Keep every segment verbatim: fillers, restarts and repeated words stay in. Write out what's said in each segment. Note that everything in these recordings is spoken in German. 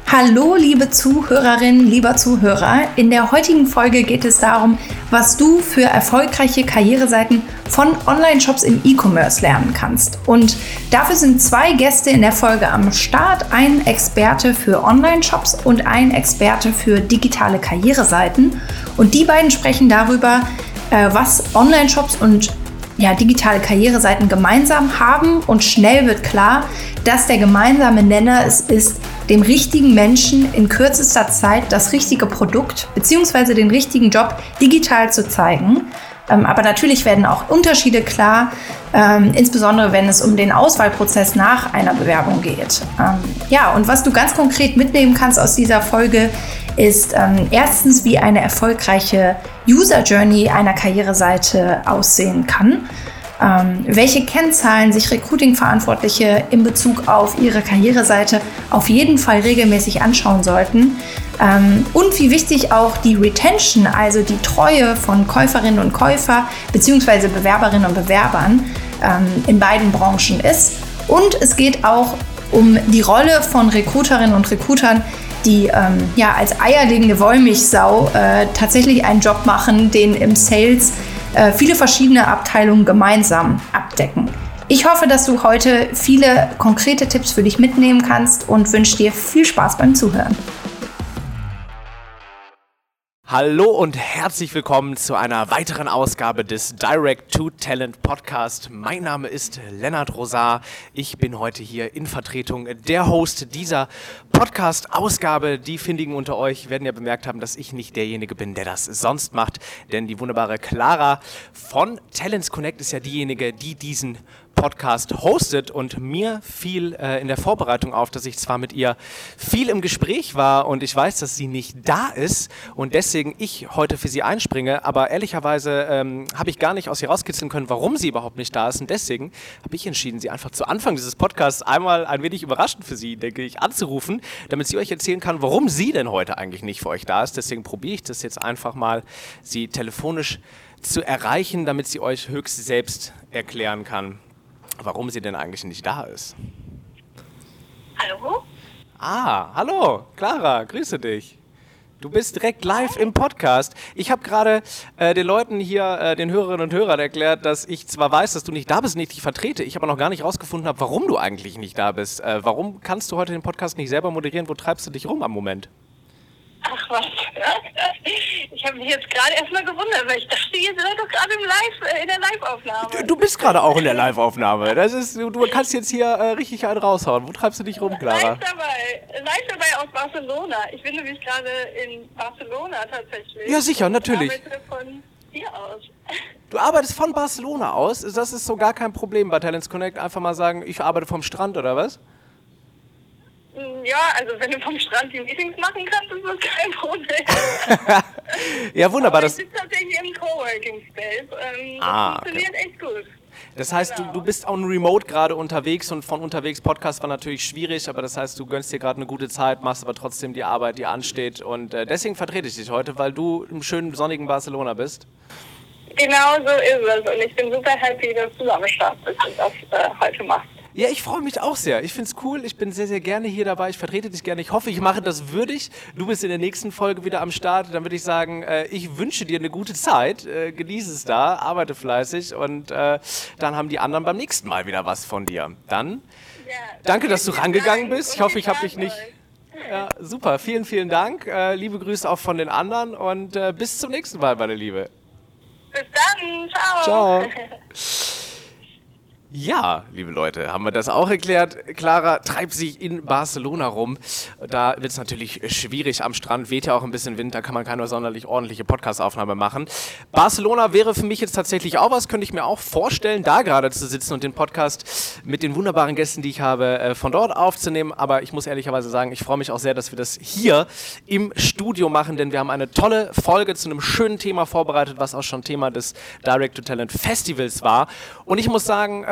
Hallo liebe Zuhörerinnen, lieber Zuhörer. In der heutigen Folge geht es darum, was du für erfolgreiche Karriereseiten von Online-Shops im E-Commerce lernen kannst. Und dafür sind zwei Gäste in der Folge am Start, ein Experte für Online-Shops und ein Experte für digitale Karriereseiten. Und die beiden sprechen darüber, was Online-Shops und ja, digitale Karriereseiten gemeinsam haben, und schnell wird klar, dass der gemeinsame Nenner es ist, dem richtigen Menschen in kürzester Zeit das richtige Produkt bzw. den richtigen Job digital zu zeigen. Ähm, aber natürlich werden auch Unterschiede klar, ähm, insbesondere wenn es um den Auswahlprozess nach einer Bewerbung geht. Ähm, ja, und was du ganz konkret mitnehmen kannst aus dieser Folge, ist ähm, erstens, wie eine erfolgreiche User Journey einer Karriereseite aussehen kann, ähm, welche Kennzahlen sich Recruiting-Verantwortliche in Bezug auf ihre Karriereseite auf jeden Fall regelmäßig anschauen sollten, ähm, und wie wichtig auch die Retention, also die Treue von Käuferinnen und Käufern bzw. Bewerberinnen und Bewerbern ähm, in beiden Branchen ist. Und es geht auch um die Rolle von Recruiterinnen und Recruitern, die ähm, ja, als eierlegende Wollmilchsau äh, tatsächlich einen Job machen, den im Sales äh, viele verschiedene Abteilungen gemeinsam abdecken. Ich hoffe, dass du heute viele konkrete Tipps für dich mitnehmen kannst und wünsche dir viel Spaß beim Zuhören. Hallo und herzlich willkommen zu einer weiteren Ausgabe des Direct to Talent Podcast. Mein Name ist Lennart Rosar. Ich bin heute hier in Vertretung der Host dieser Podcast-Ausgabe. Die Findigen unter euch werden ja bemerkt haben, dass ich nicht derjenige bin, der das sonst macht. Denn die wunderbare Clara von Talents Connect ist ja diejenige, die diesen Podcast hostet, und mir fiel äh, in der Vorbereitung auf, dass ich zwar mit ihr viel im Gespräch war und ich weiß, dass sie nicht da ist und deswegen ich heute für sie einspringe, aber ehrlicherweise ähm, habe ich gar nicht aus ihr rauskitzeln können, warum sie überhaupt nicht da ist, und deswegen habe ich entschieden, sie einfach zu Anfang dieses Podcasts einmal ein wenig überraschend für sie, denke ich, anzurufen, damit sie euch erzählen kann, warum sie denn heute eigentlich nicht für euch da ist. Deswegen probiere ich das jetzt einfach mal, sie telefonisch zu erreichen, damit sie euch höchst selbst erklären kann, warum sie denn eigentlich nicht da ist. Hallo? Ah, hallo, Clara, grüße dich. Du bist direkt live im Podcast. Ich habe gerade äh, den Leuten hier, äh, den Hörerinnen und Hörern erklärt, dass ich zwar weiß, dass du nicht da bist, nicht dich vertrete, ich aber noch gar nicht rausgefunden habe, warum du eigentlich nicht da bist. Äh, warum kannst du heute den Podcast nicht selber moderieren? Wo treibst du dich rum am Moment? Ach was, ich habe mich jetzt gerade erstmal gewundert, weil ich dachte, ihr seid doch gerade im Live, äh, in der Live-Aufnahme. Du, du bist gerade auch in der Live-Aufnahme. Das ist, du, du kannst jetzt hier äh, richtig einen raushauen. Wo treibst du dich rum, Clara? Live dabei, live dabei aus Barcelona. Ich bin nämlich gerade in Barcelona tatsächlich. Ja, sicher, natürlich. Ich arbeite von hier aus. Du arbeitest von Barcelona aus? Das ist so gar kein Problem bei Talents Connect. Einfach mal sagen, ich arbeite vom Strand, oder was? Ja, also wenn du vom Strand die Meetings machen kannst, ist das kein Problem. Ja, wunderbar. Aber ich sitze tatsächlich im Coworking Space. Ähm, ah, das funktioniert okay. echt gut. Das heißt, genau. du, du bist on Remote gerade unterwegs, und von unterwegs Podcast war natürlich schwierig, aber das heißt, du gönnst dir gerade eine gute Zeit, machst aber trotzdem die Arbeit, die ansteht, und äh, deswegen vertrete ich dich heute, weil du im schönen, sonnigen Barcelona bist. Genau so ist es, und ich bin super happy, dass du am Start bist und das äh, heute machst. Ja, ich freue mich auch sehr. Ich finde es cool. Ich bin sehr, sehr gerne hier dabei. Ich vertrete dich gerne. Ich hoffe, ich mache das würdig. Du bist in der nächsten Folge wieder am Start. Dann würde ich sagen, äh, ich wünsche dir eine gute Zeit. Äh, genieße es da, arbeite fleißig, und äh, dann haben die anderen beim nächsten Mal wieder was von dir. Dann Ja, danke, dass du rangegangen Dank bist. Ich hoffe, ich habe dich nicht... euch. Ja, super. Vielen, vielen Dank. Äh, liebe Grüße auch von den anderen, und äh, bis zum nächsten Mal, meine Liebe. Bis dann. Ciao. Ciao. Ja, liebe Leute, haben wir das auch erklärt. Clara treibt sich in Barcelona rum. Da wird es natürlich schwierig am Strand, weht ja auch ein bisschen Wind, da kann man keine sonderlich ordentliche Podcast-Aufnahme machen. Barcelona wäre für mich jetzt tatsächlich auch was, könnte ich mir auch vorstellen, da gerade zu sitzen und den Podcast mit den wunderbaren Gästen, die ich habe, von dort aufzunehmen. Aber ich muss ehrlicherweise sagen, ich freue mich auch sehr, dass wir das hier im Studio machen, denn wir haben eine tolle Folge zu einem schönen Thema vorbereitet, was auch schon Thema des Direct to Talent Festivals war. Und ich muss sagen,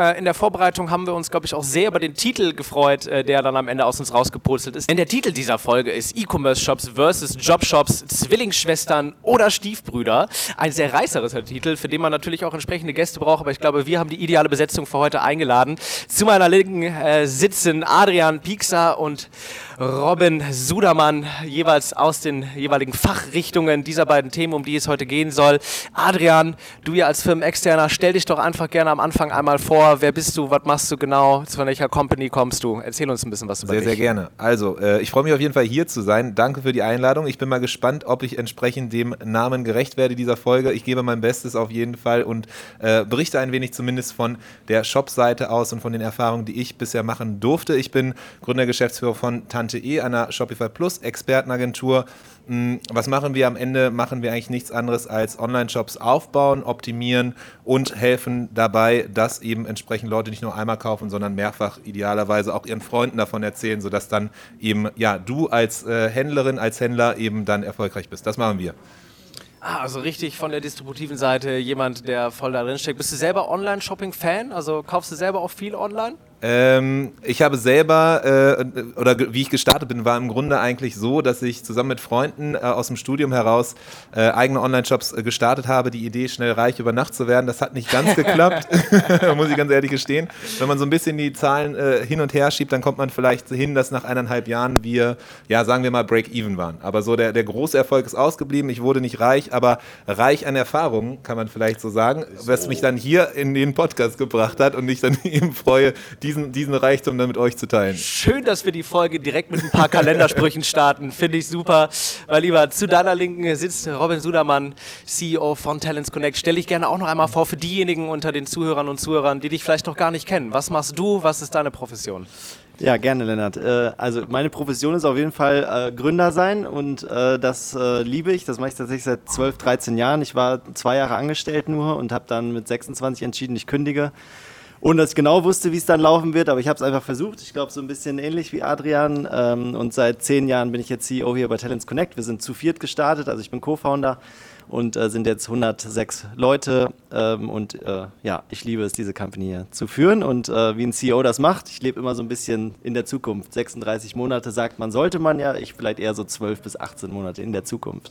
Äh, in der Vorbereitung haben wir uns, glaube ich, auch sehr über den Titel gefreut, äh, der dann am Ende aus uns rausgepurzelt ist. Denn der Titel dieser Folge ist E-Commerce-Shops versus Jobshops, Zwillingsschwestern oder Stiefbrüder. Ein sehr reißerischer Titel, für den man natürlich auch entsprechende Gäste braucht, aber ich glaube, wir haben die ideale Besetzung für heute eingeladen. Zu meiner Linken äh, sitzen Adrian Piekser und Robin Sudermann, jeweils aus den jeweiligen Fachrichtungen dieser beiden Themen, um die es heute gehen soll. Adrian, du ja als Firmenexterner, stell dich doch einfach gerne am Anfang einmal vor. Wer bist du, was machst du genau, von welcher Company kommst du? Erzähl uns ein bisschen was über sehr, dich. Sehr, sehr gerne. Also, äh, ich freue mich auf jeden Fall hier zu sein. Danke für die Einladung. Ich bin mal gespannt, ob ich entsprechend dem Namen gerecht werde dieser Folge. Ich gebe mein Bestes auf jeden Fall und äh, berichte ein wenig zumindest von der Shop-Seite aus und von den Erfahrungen, die ich bisher machen durfte. Ich bin Gründer, Geschäftsführer von Tante-E, einer Shopify Plus Expertenagentur. Was machen wir am Ende? Machen wir eigentlich nichts anderes als Online-Shops aufbauen, optimieren und helfen dabei, dass eben entsprechend Leute nicht nur einmal kaufen, sondern mehrfach idealerweise auch ihren Freunden davon erzählen, sodass dann eben ja du als äh, Händlerin, als Händler eben dann erfolgreich bist. Das machen wir. Ah, also richtig von der distributiven Seite, jemand, der voll da drin steckt. Bist du selber Online-Shopping-Fan? Also kaufst du selber auch viel online? Ähm, ich habe selber, äh, oder wie ich gestartet bin, war im Grunde eigentlich so, dass ich zusammen mit Freunden äh, aus dem Studium heraus äh, eigene Online-Shops äh, gestartet habe. Die Idee, schnell reich über Nacht zu werden, das hat nicht ganz geklappt, muss ich ganz ehrlich gestehen. Wenn man so ein bisschen die Zahlen äh, hin und her schiebt, dann kommt man vielleicht hin, dass nach eineinhalb Jahren wir, ja sagen wir mal, Break-Even waren. Aber so der, der große Erfolg ist ausgeblieben. Ich wurde nicht reich, aber reich an Erfahrungen, kann man vielleicht so sagen, so. Was mich dann hier in den Podcast gebracht hat und ich dann eben freue, diesen, diesen Reichtum dann mit euch zu teilen. Schön, dass wir die Folge direkt mit ein paar Kalendersprüchen starten. Finde ich super. Weil lieber zu deiner Linken sitzt Robin Sudermann, C E O von Talents Connect. Stell dich gerne auch noch einmal vor für diejenigen unter den Zuhörern und Zuhörern, die dich vielleicht noch gar nicht kennen. Was machst du? Was ist deine Profession? Ja, gerne, Lennart. Äh, also meine Profession ist auf jeden Fall äh, Gründer sein und äh, das äh, liebe ich. Das mache ich tatsächlich seit zwölf, dreizehn Jahren. Ich war zwei Jahre angestellt nur und habe dann mit sechsundzwanzig entschieden, ich kündige. Ohne dass ich genau wusste, wie es dann laufen wird, aber ich habe es einfach versucht. Ich glaube, so ein bisschen ähnlich wie Adrian. Ähm, und seit zehn Jahren bin ich jetzt C E O hier bei Talents Connect. Wir sind zu viert gestartet, also ich bin Co-Founder und äh, sind jetzt hundertsechs Leute. Ähm, und äh, ja, ich liebe es, diese Company hier zu führen. Und äh, wie ein C E O das macht, ich lebe immer so ein bisschen in der Zukunft. sechsunddreißig Monate sagt man, sollte man ja. Ich vielleicht eher so zwölf bis achtzehn Monate in der Zukunft.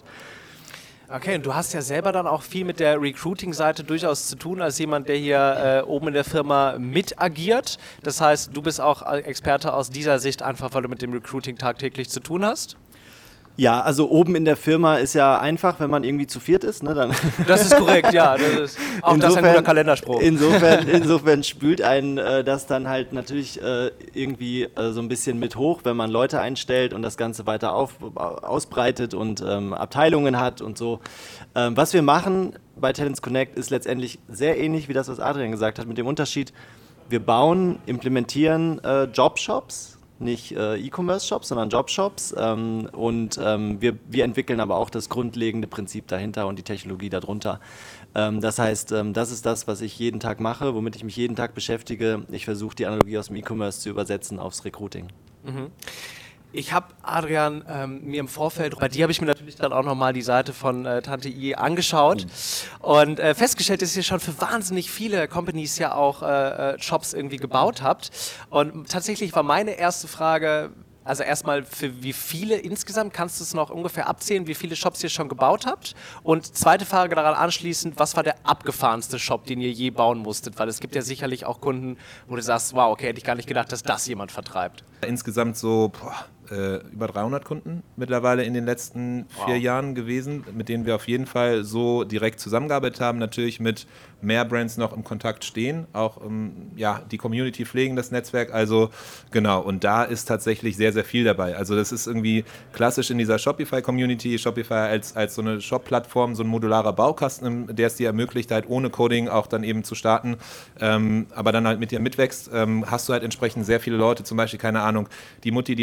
Okay, und du hast ja selber dann auch viel mit der Recruiting-Seite durchaus zu tun, als jemand, der hier äh, oben in der Firma mit agiert. Das heißt, du bist auch Experte aus dieser Sicht, einfach weil du mit dem Recruiting tagtäglich zu tun hast? Ja, also oben in der Firma ist ja einfach, wenn man irgendwie zu viert ist. Ne, dann das ist korrekt, ja. Das ist auch insofern, das ist ein guter Kalenderspruch. Insofern, insofern spült einen äh, das dann halt natürlich äh, irgendwie äh, so ein bisschen mit hoch, wenn man Leute einstellt und das Ganze weiter auf, ausbreitet und ähm, Abteilungen hat und so. Ähm, was wir machen bei Talents Connect ist letztendlich sehr ähnlich wie das, was Adrian gesagt hat, mit dem Unterschied, wir bauen, implementieren äh, Jobshops. Nicht äh, E-Commerce-Shops, sondern Jobshops ähm, und ähm, wir, wir entwickeln aber auch das grundlegende Prinzip dahinter und die Technologie darunter. Ähm, das heißt, ähm, das ist das, was ich jeden Tag mache, womit ich mich jeden Tag beschäftige. Ich versuche, die Analogie aus dem E-Commerce zu übersetzen aufs Recruiting. Mhm. Ich habe, Adrian, ähm, mir im Vorfeld, bei dir habe ich mir natürlich dann auch nochmal die Seite von äh, Tante-E angeschaut mhm. und äh, festgestellt, dass ihr schon für wahnsinnig viele Companies ja auch äh, Shops irgendwie gebaut habt. Und tatsächlich war meine erste Frage, also erstmal, für wie viele insgesamt, kannst du es noch ungefähr abzählen, wie viele Shops ihr schon gebaut habt? Und zweite Frage daran anschließend, was war der abgefahrenste Shop, den ihr je bauen musstet? Weil es gibt ja sicherlich auch Kunden, wo du sagst, wow, okay, hätte ich gar nicht gedacht, dass das jemand vertreibt. Insgesamt so boah, äh, über dreihundert Kunden mittlerweile in den letzten wow. vier Jahren gewesen, mit denen wir auf jeden Fall so direkt zusammengearbeitet haben, natürlich mit mehr Brands noch im Kontakt stehen, auch ähm, ja, die Community pflegen das Netzwerk, also genau, und da ist tatsächlich sehr, sehr viel dabei. Also das ist irgendwie klassisch in dieser Shopify-Community, Shopify als, als so eine Shop-Plattform, so ein modularer Baukasten, der es dir ermöglicht, halt ohne Coding auch dann eben zu starten, ähm, aber dann halt mit dir mitwächst, ähm, hast du halt entsprechend sehr viele Leute, zum Beispiel, keine Ahnung, die Mutti, die den Baby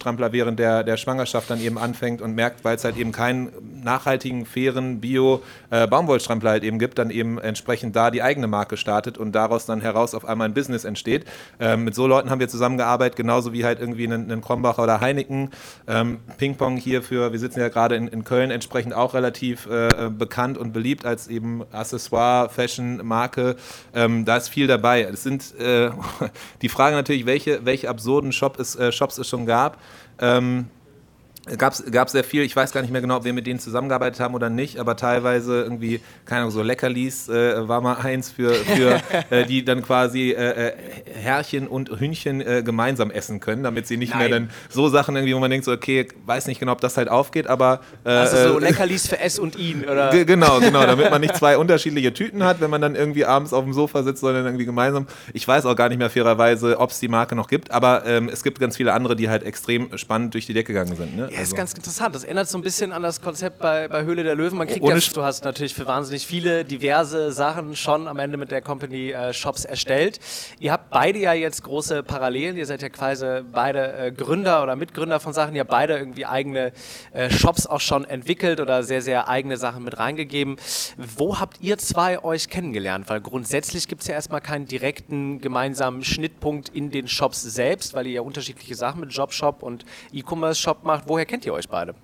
Baumwollstrampler während der, der Schwangerschaft dann eben anfängt und merkt, weil es halt eben keinen nachhaltigen, fairen Bio-Baumwollstrampler halt eben gibt, dann eben entsprechend da die eigene Marke startet und daraus dann heraus auf einmal ein Business entsteht. Ähm, mit so Leuten haben wir zusammengearbeitet, genauso wie halt irgendwie einen, einen Krombacher oder Heineken. Ähm, Ping-Pong hier für, wir sitzen ja gerade in, in Köln, entsprechend auch relativ äh, bekannt und beliebt als eben Accessoire, Fashion, Marke. Ähm, da ist viel dabei. Es sind äh, die Frage natürlich, welche, welche absurden Shop es, äh, Shops es schon gab. Ähm, Gab es sehr viel, ich weiß gar nicht mehr genau, ob wir mit denen zusammengearbeitet haben oder nicht, aber teilweise irgendwie, keine Ahnung, so Leckerlis äh, war mal eins für, für äh, die dann quasi äh, Herrchen und Hühnchen äh, gemeinsam essen können, damit sie nicht Nein. mehr dann so Sachen irgendwie, wo man denkt so, okay, weiß nicht genau, ob das halt aufgeht, aber... Äh, also so Leckerlis für S und ihn, oder? G- genau, genau, damit man nicht zwei unterschiedliche Tüten hat, wenn man dann irgendwie abends auf dem Sofa sitzt, sondern irgendwie gemeinsam. Ich weiß auch gar nicht mehr fairerweise, ob es die Marke noch gibt, aber ähm, es gibt ganz viele andere, die halt extrem spannend durch die Decke gegangen sind, ne? Ja, Also. ist ganz interessant. Das erinnert so ein bisschen an das Konzept bei, bei Höhle der Löwen. Man kriegt Ohne ja, du hast natürlich für wahnsinnig viele diverse Sachen schon am Ende mit der Company äh, Shops erstellt. Ihr habt beide ja jetzt große Parallelen. Ihr seid ja quasi beide äh, Gründer oder Mitgründer von Sachen. Ihr habt beide irgendwie eigene äh, Shops auch schon entwickelt oder sehr, sehr eigene Sachen mit reingegeben. Wo habt ihr zwei euch kennengelernt? Weil grundsätzlich gibt es ja erstmal keinen direkten gemeinsamen Schnittpunkt in den Shops selbst, weil ihr ja unterschiedliche Sachen mit Jobshop und E-Commerce-Shop macht. Woher kennt ihr euch beide?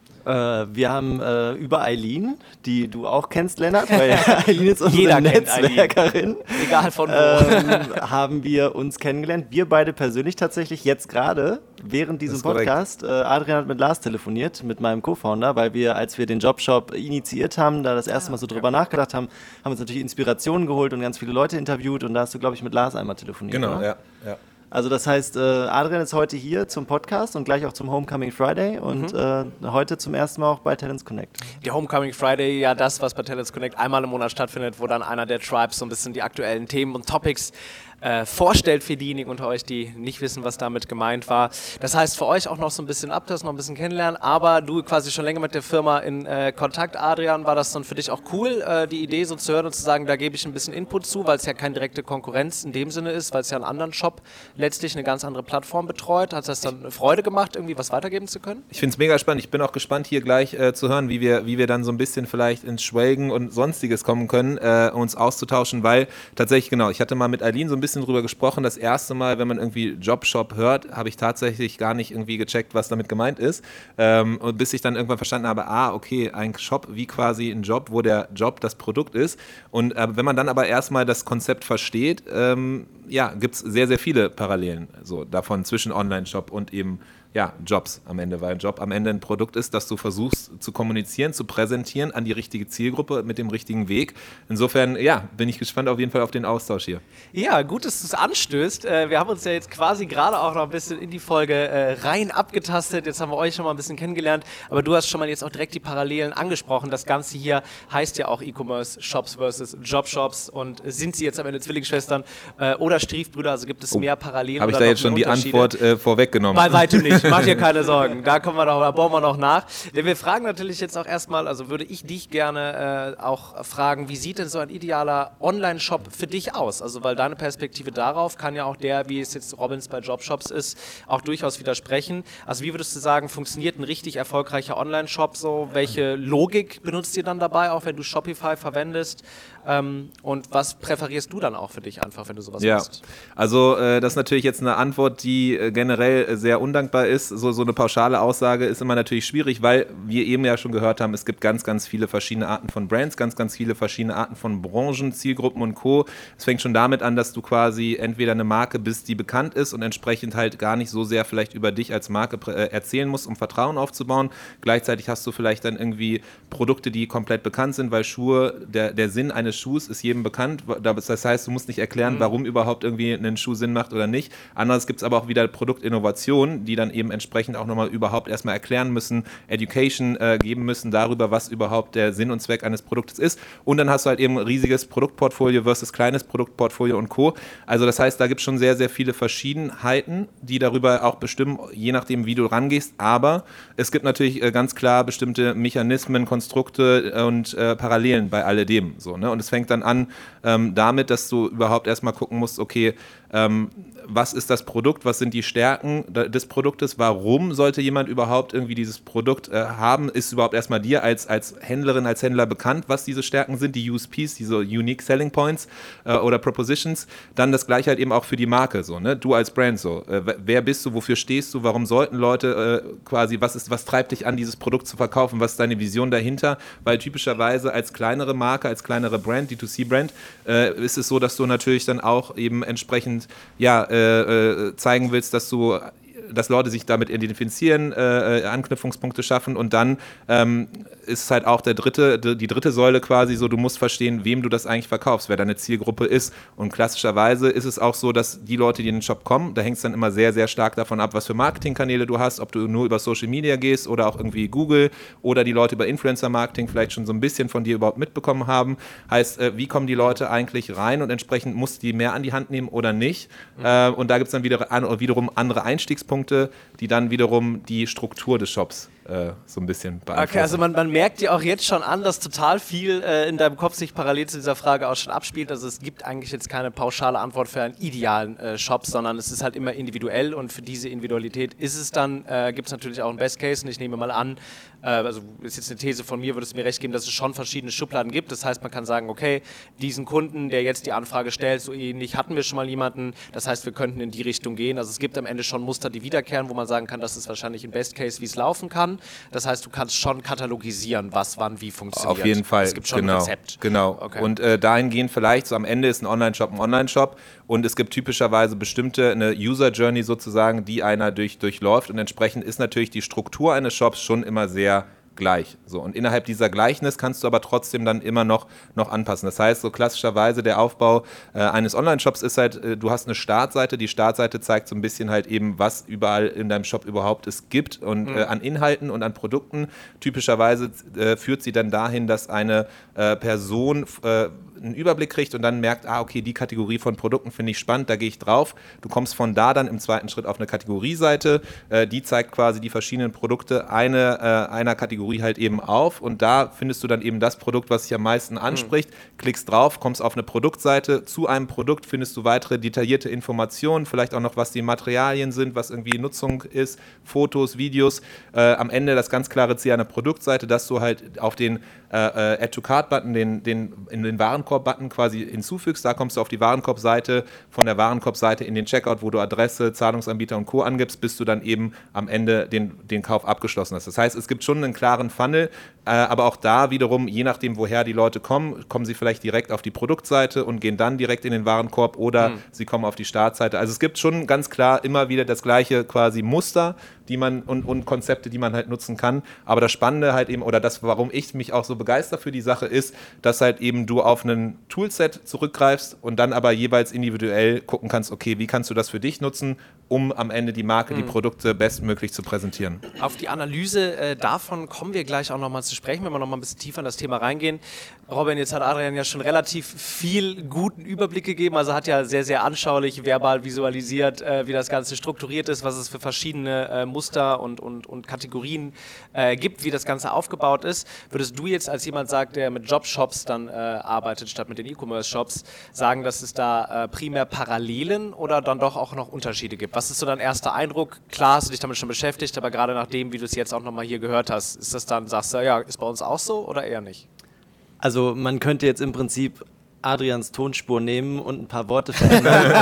Äh, wir haben äh, über Eileen, die du auch kennst, Lennart, weil Eileen ist unsere Jeder Netzwerkerin. Egal von wo. Ähm, haben wir uns kennengelernt. Wir beide persönlich tatsächlich jetzt gerade, während diesem Podcast. Äh, Adrian hat mit Lars telefoniert, mit meinem Co-Founder, weil wir, als wir den Jobshop initiiert haben, da das erste Mal so drüber nachgedacht haben, haben uns natürlich Inspirationen geholt und ganz viele Leute interviewt und da hast du, glaube ich, mit Lars einmal telefoniert. Genau, oder? ja, ja. Also das heißt, äh, Adrian ist heute hier zum Podcast und gleich auch zum Homecoming Friday und mhm. äh, heute zum ersten Mal auch bei Talents Connect. Der Homecoming Friday, ja das, was bei Talents Connect einmal im Monat stattfindet, wo dann einer der Tribes so ein bisschen die aktuellen Themen und Topics äh, vorstellt für diejenigen unter euch, die nicht wissen, was damit gemeint war. Das heißt für euch auch noch so ein bisschen Abtest, noch ein bisschen kennenlernen, aber du quasi schon länger mit der Firma in äh, Kontakt, Adrian, war das dann für dich auch cool, äh, die Idee so zu hören und zu sagen, da gebe ich ein bisschen Input zu, weil es ja keine direkte Konkurrenz in dem Sinne ist, weil es ja einen anderen Shop letztlich eine ganz andere Plattform betreut. Hat das dann Freude gemacht, irgendwie was weitergeben zu können? Ich finde es mega spannend. Ich bin auch gespannt, hier gleich äh, zu hören, wie wir, wie wir dann so ein bisschen vielleicht ins Schwelgen und Sonstiges kommen können, äh, uns auszutauschen, weil tatsächlich, genau, ich hatte mal mit Eileen so ein bisschen drüber gesprochen. Das erste Mal, wenn man irgendwie Jobshop hört, habe ich tatsächlich gar nicht irgendwie gecheckt, was damit gemeint ist. Ähm, und bis ich dann irgendwann verstanden habe, ah, okay, ein Shop wie quasi ein Job, wo der Job das Produkt ist. Und äh, wenn man dann aber erstmal das Konzept versteht, ähm, ja, gibt es sehr, sehr viele Parallelen so davon zwischen Online-Shop und eben ja, Jobs am Ende, weil ein Job am Ende ein Produkt ist, das du versuchst zu kommunizieren, zu präsentieren an die richtige Zielgruppe mit dem richtigen Weg. Insofern, ja, bin ich gespannt auf jeden Fall auf den Austausch hier. Ja, gut, dass du es anstößt. Wir haben uns ja jetzt quasi gerade auch noch ein bisschen in die Folge rein abgetastet. Jetzt haben wir euch schon mal ein bisschen kennengelernt, aber du hast schon mal jetzt auch direkt die Parallelen angesprochen. Das Ganze hier heißt ja auch E-Commerce Shops versus Jobshops und sind sie jetzt am Ende Zwillingsschwestern oder Stiefbrüder, also gibt es mehr Parallelen? Habe ich da jetzt schon die Antwort äh, vorweggenommen? Bei weitem nicht. Mach dir keine Sorgen, da kommen wir noch, da bauen wir noch nach. Denn wir fragen natürlich jetzt auch erstmal, also würde ich dich gerne äh, auch fragen, wie sieht denn so ein idealer Online-Shop für dich aus? Also weil deine Perspektive darauf kann ja auch der, wie es jetzt Robins bei Jobshops ist, auch durchaus widersprechen. Also wie würdest du sagen, funktioniert ein richtig erfolgreicher Online-Shop so? Welche Logik benutzt ihr dann dabei, auch wenn du Shopify verwendest? Ähm, und was präferierst du dann auch für dich einfach, wenn du sowas ja. machst? Also äh, das ist natürlich jetzt eine Antwort, die äh, generell äh, sehr undankbar ist. So, so eine pauschale Aussage ist immer natürlich schwierig, weil wir eben ja schon gehört haben, es gibt ganz, ganz viele verschiedene Arten von Brands, ganz, ganz viele verschiedene Arten von Branchen, Zielgruppen und Co. Es fängt schon damit an, dass du quasi entweder eine Marke bist, die bekannt ist und entsprechend halt gar nicht so sehr vielleicht über dich als Marke äh, erzählen musst, um Vertrauen aufzubauen. Gleichzeitig hast du vielleicht dann irgendwie Produkte, die komplett bekannt sind, weil Schuhe, der, der Sinn eines Schuhs ist jedem bekannt. Das heißt, du musst nicht erklären, mhm. warum überhaupt irgendwie ein Schuh Sinn macht oder nicht. Andererseits gibt es aber auch wieder Produktinnovationen, die dann eben entsprechend auch nochmal überhaupt erstmal erklären müssen, Education äh, geben müssen darüber, was überhaupt der Sinn und Zweck eines Produktes ist. Und dann hast du halt eben ein riesiges Produktportfolio versus kleines Produktportfolio und Co. Also das heißt, da gibt es schon sehr, sehr viele Verschiedenheiten, die darüber auch bestimmen, je nachdem, wie du rangehst. Aber es gibt natürlich äh, ganz klar bestimmte Mechanismen, Konstrukte und äh, Parallelen bei alledem. So, ne? Und es fängt dann an ähm, damit, dass du überhaupt erstmal gucken musst, okay, ähm, was ist das Produkt, was sind die Stärken des Produktes, warum sollte jemand überhaupt irgendwie dieses Produkt äh, haben, ist überhaupt erstmal dir als, als Händlerin, als Händler bekannt, was diese Stärken sind, die U S Ps, diese Unique Selling Points äh, oder Propositions, dann das gleiche halt eben auch für die Marke, so, ne? Du als Brand, so, äh, wer bist du, wofür stehst du, warum sollten Leute äh, quasi, was ist, was treibt dich an, dieses Produkt zu verkaufen, was ist deine Vision dahinter, weil typischerweise als kleinere Marke, als kleinere Brand, D zwei C Brand, äh, ist es so, dass du natürlich dann auch eben entsprechend, ja, Äh, äh, zeigen willst, dass du dass Leute sich damit identifizieren, äh, Anknüpfungspunkte schaffen und dann ähm, ist halt auch der dritte, die dritte Säule quasi so, du musst verstehen, wem du das eigentlich verkaufst, wer deine Zielgruppe ist und klassischerweise ist es auch so, dass die Leute, die in den Shop kommen, da hängt es dann immer sehr, sehr stark davon ab, was für Marketingkanäle du hast, ob du nur über Social Media gehst oder auch irgendwie Google oder die Leute über Influencer-Marketing vielleicht schon so ein bisschen von dir überhaupt mitbekommen haben, heißt, äh, wie kommen die Leute eigentlich rein und entsprechend musst du die mehr an die Hand nehmen oder nicht mhm. äh, und da gibt es dann wieder an, wiederum andere Einstiegspunkte, die dann wiederum die Struktur des Shops äh, so ein bisschen beeinflussen. Okay, also man, man merkt dir auch jetzt schon an, dass total viel äh, in deinem Kopf sich parallel zu dieser Frage auch schon abspielt. Also es gibt eigentlich jetzt keine pauschale Antwort für einen idealen äh, Shop, sondern es ist halt immer individuell und für diese Individualität ist es dann, äh, gibt es natürlich auch einen Best Case und ich nehme mal an, äh, also ist jetzt eine These von mir, würde es mir recht geben, dass es schon verschiedene Schubladen gibt. Das heißt, man kann sagen, okay, diesen Kunden, der jetzt die Anfrage stellt, so ähnlich hatten wir schon mal jemanden, das heißt, wir könnten in die Richtung gehen. Also es gibt am Ende schon Muster, die wiederkehren, wo man sagen kann, das ist wahrscheinlich im Best Case, wie es laufen kann. Das heißt, du kannst schon katalogisieren, was, wann, wie funktioniert. Auf jeden Fall. Es gibt schon genau, ein Rezept. Genau. Okay. Und äh, dahingehend vielleicht, so am Ende ist ein Online-Shop ein Online-Shop und es gibt typischerweise bestimmte, eine User-Journey sozusagen, die einer durch, durchläuft und entsprechend ist natürlich die Struktur eines Shops schon immer sehr gleich. So, und innerhalb dieser Gleichnis kannst du aber trotzdem dann immer noch, noch anpassen. Das heißt, so klassischerweise der Aufbau äh, eines Online-Shops ist halt, äh, du hast eine Startseite, die Startseite zeigt so ein bisschen halt eben, was überall in deinem Shop überhaupt es gibt und mhm. äh, an Inhalten und an Produkten. Typischerweise äh, führt sie dann dahin, dass eine äh, Person äh, einen Überblick kriegt und dann merkt, ah, okay, die Kategorie von Produkten finde ich spannend, da gehe ich drauf. Du kommst von da dann im zweiten Schritt auf eine Kategorieseite, äh, die zeigt quasi die verschiedenen Produkte eine, äh, einer Kategorie halt eben auf und da findest du dann eben das Produkt, was dich am meisten anspricht, mhm. klickst drauf, kommst auf eine Produktseite, zu einem Produkt findest du weitere detaillierte Informationen, vielleicht auch noch, was die Materialien sind, was irgendwie Nutzung ist, Fotos, Videos, äh, am Ende das ganz klare Ziel einer Produktseite, dass du halt auf den äh, Add-to-Cart-Button, den, den, in den Warenkorb-Button quasi hinzufügst. Da kommst du auf die Warenkorb-Seite, von der Warenkorb-Seite in den Checkout, wo du Adresse, Zahlungsanbieter und Co. angibst, bis du dann eben am Ende den, den Kauf abgeschlossen hast. Das heißt, es gibt schon einen klaren Funnel, äh, aber auch da wiederum, je nachdem, woher die Leute kommen, kommen sie vielleicht direkt auf die Produktseite und gehen dann direkt in den Warenkorb oder mhm. sie kommen auf die Startseite. Also es gibt schon ganz klar immer wieder das gleiche quasi Muster, die man und, und Konzepte, die man halt nutzen kann. Aber das Spannende halt eben, oder das, warum ich mich auch so begeister für die Sache ist, dass halt eben du auf ein Toolset zurückgreifst und dann aber jeweils individuell gucken kannst, okay, wie kannst du das für dich nutzen, um am Ende die Marke, mhm. die Produkte bestmöglich zu präsentieren. Auf die Analyse äh, davon kommen wir gleich auch nochmal zu sprechen, wenn wir nochmal ein bisschen tiefer in das Thema reingehen. Robin, jetzt hat Adrian ja schon relativ viel guten Überblick gegeben, also hat ja sehr, sehr anschaulich, verbal visualisiert, äh, wie das Ganze strukturiert ist, was es für verschiedene äh, Muster und, und, und Kategorien äh, gibt, wie das Ganze aufgebaut ist. Würdest du jetzt als jemand sagt, der mit Jobshops dann äh, arbeitet, statt mit den E-Commerce-Shops, sagen, dass es da äh, primär Parallelen oder dann doch auch noch Unterschiede gibt? Was ist so dein erster Eindruck? Klar hast du dich damit schon beschäftigt, aber gerade nach dem, wie du es jetzt auch nochmal hier gehört hast, ist das dann, sagst du, ja, ist bei uns auch so oder eher nicht? Also man könnte jetzt im Prinzip Adrians Tonspur nehmen und ein paar Worte verändern.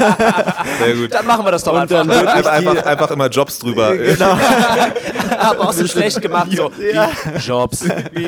Sehr gut. Dann machen wir das doch und einfach. Dann einfach, einfach, einfach immer Jobs drüber. Genau. Aber auch so schlecht gemacht, so ja. Jobs.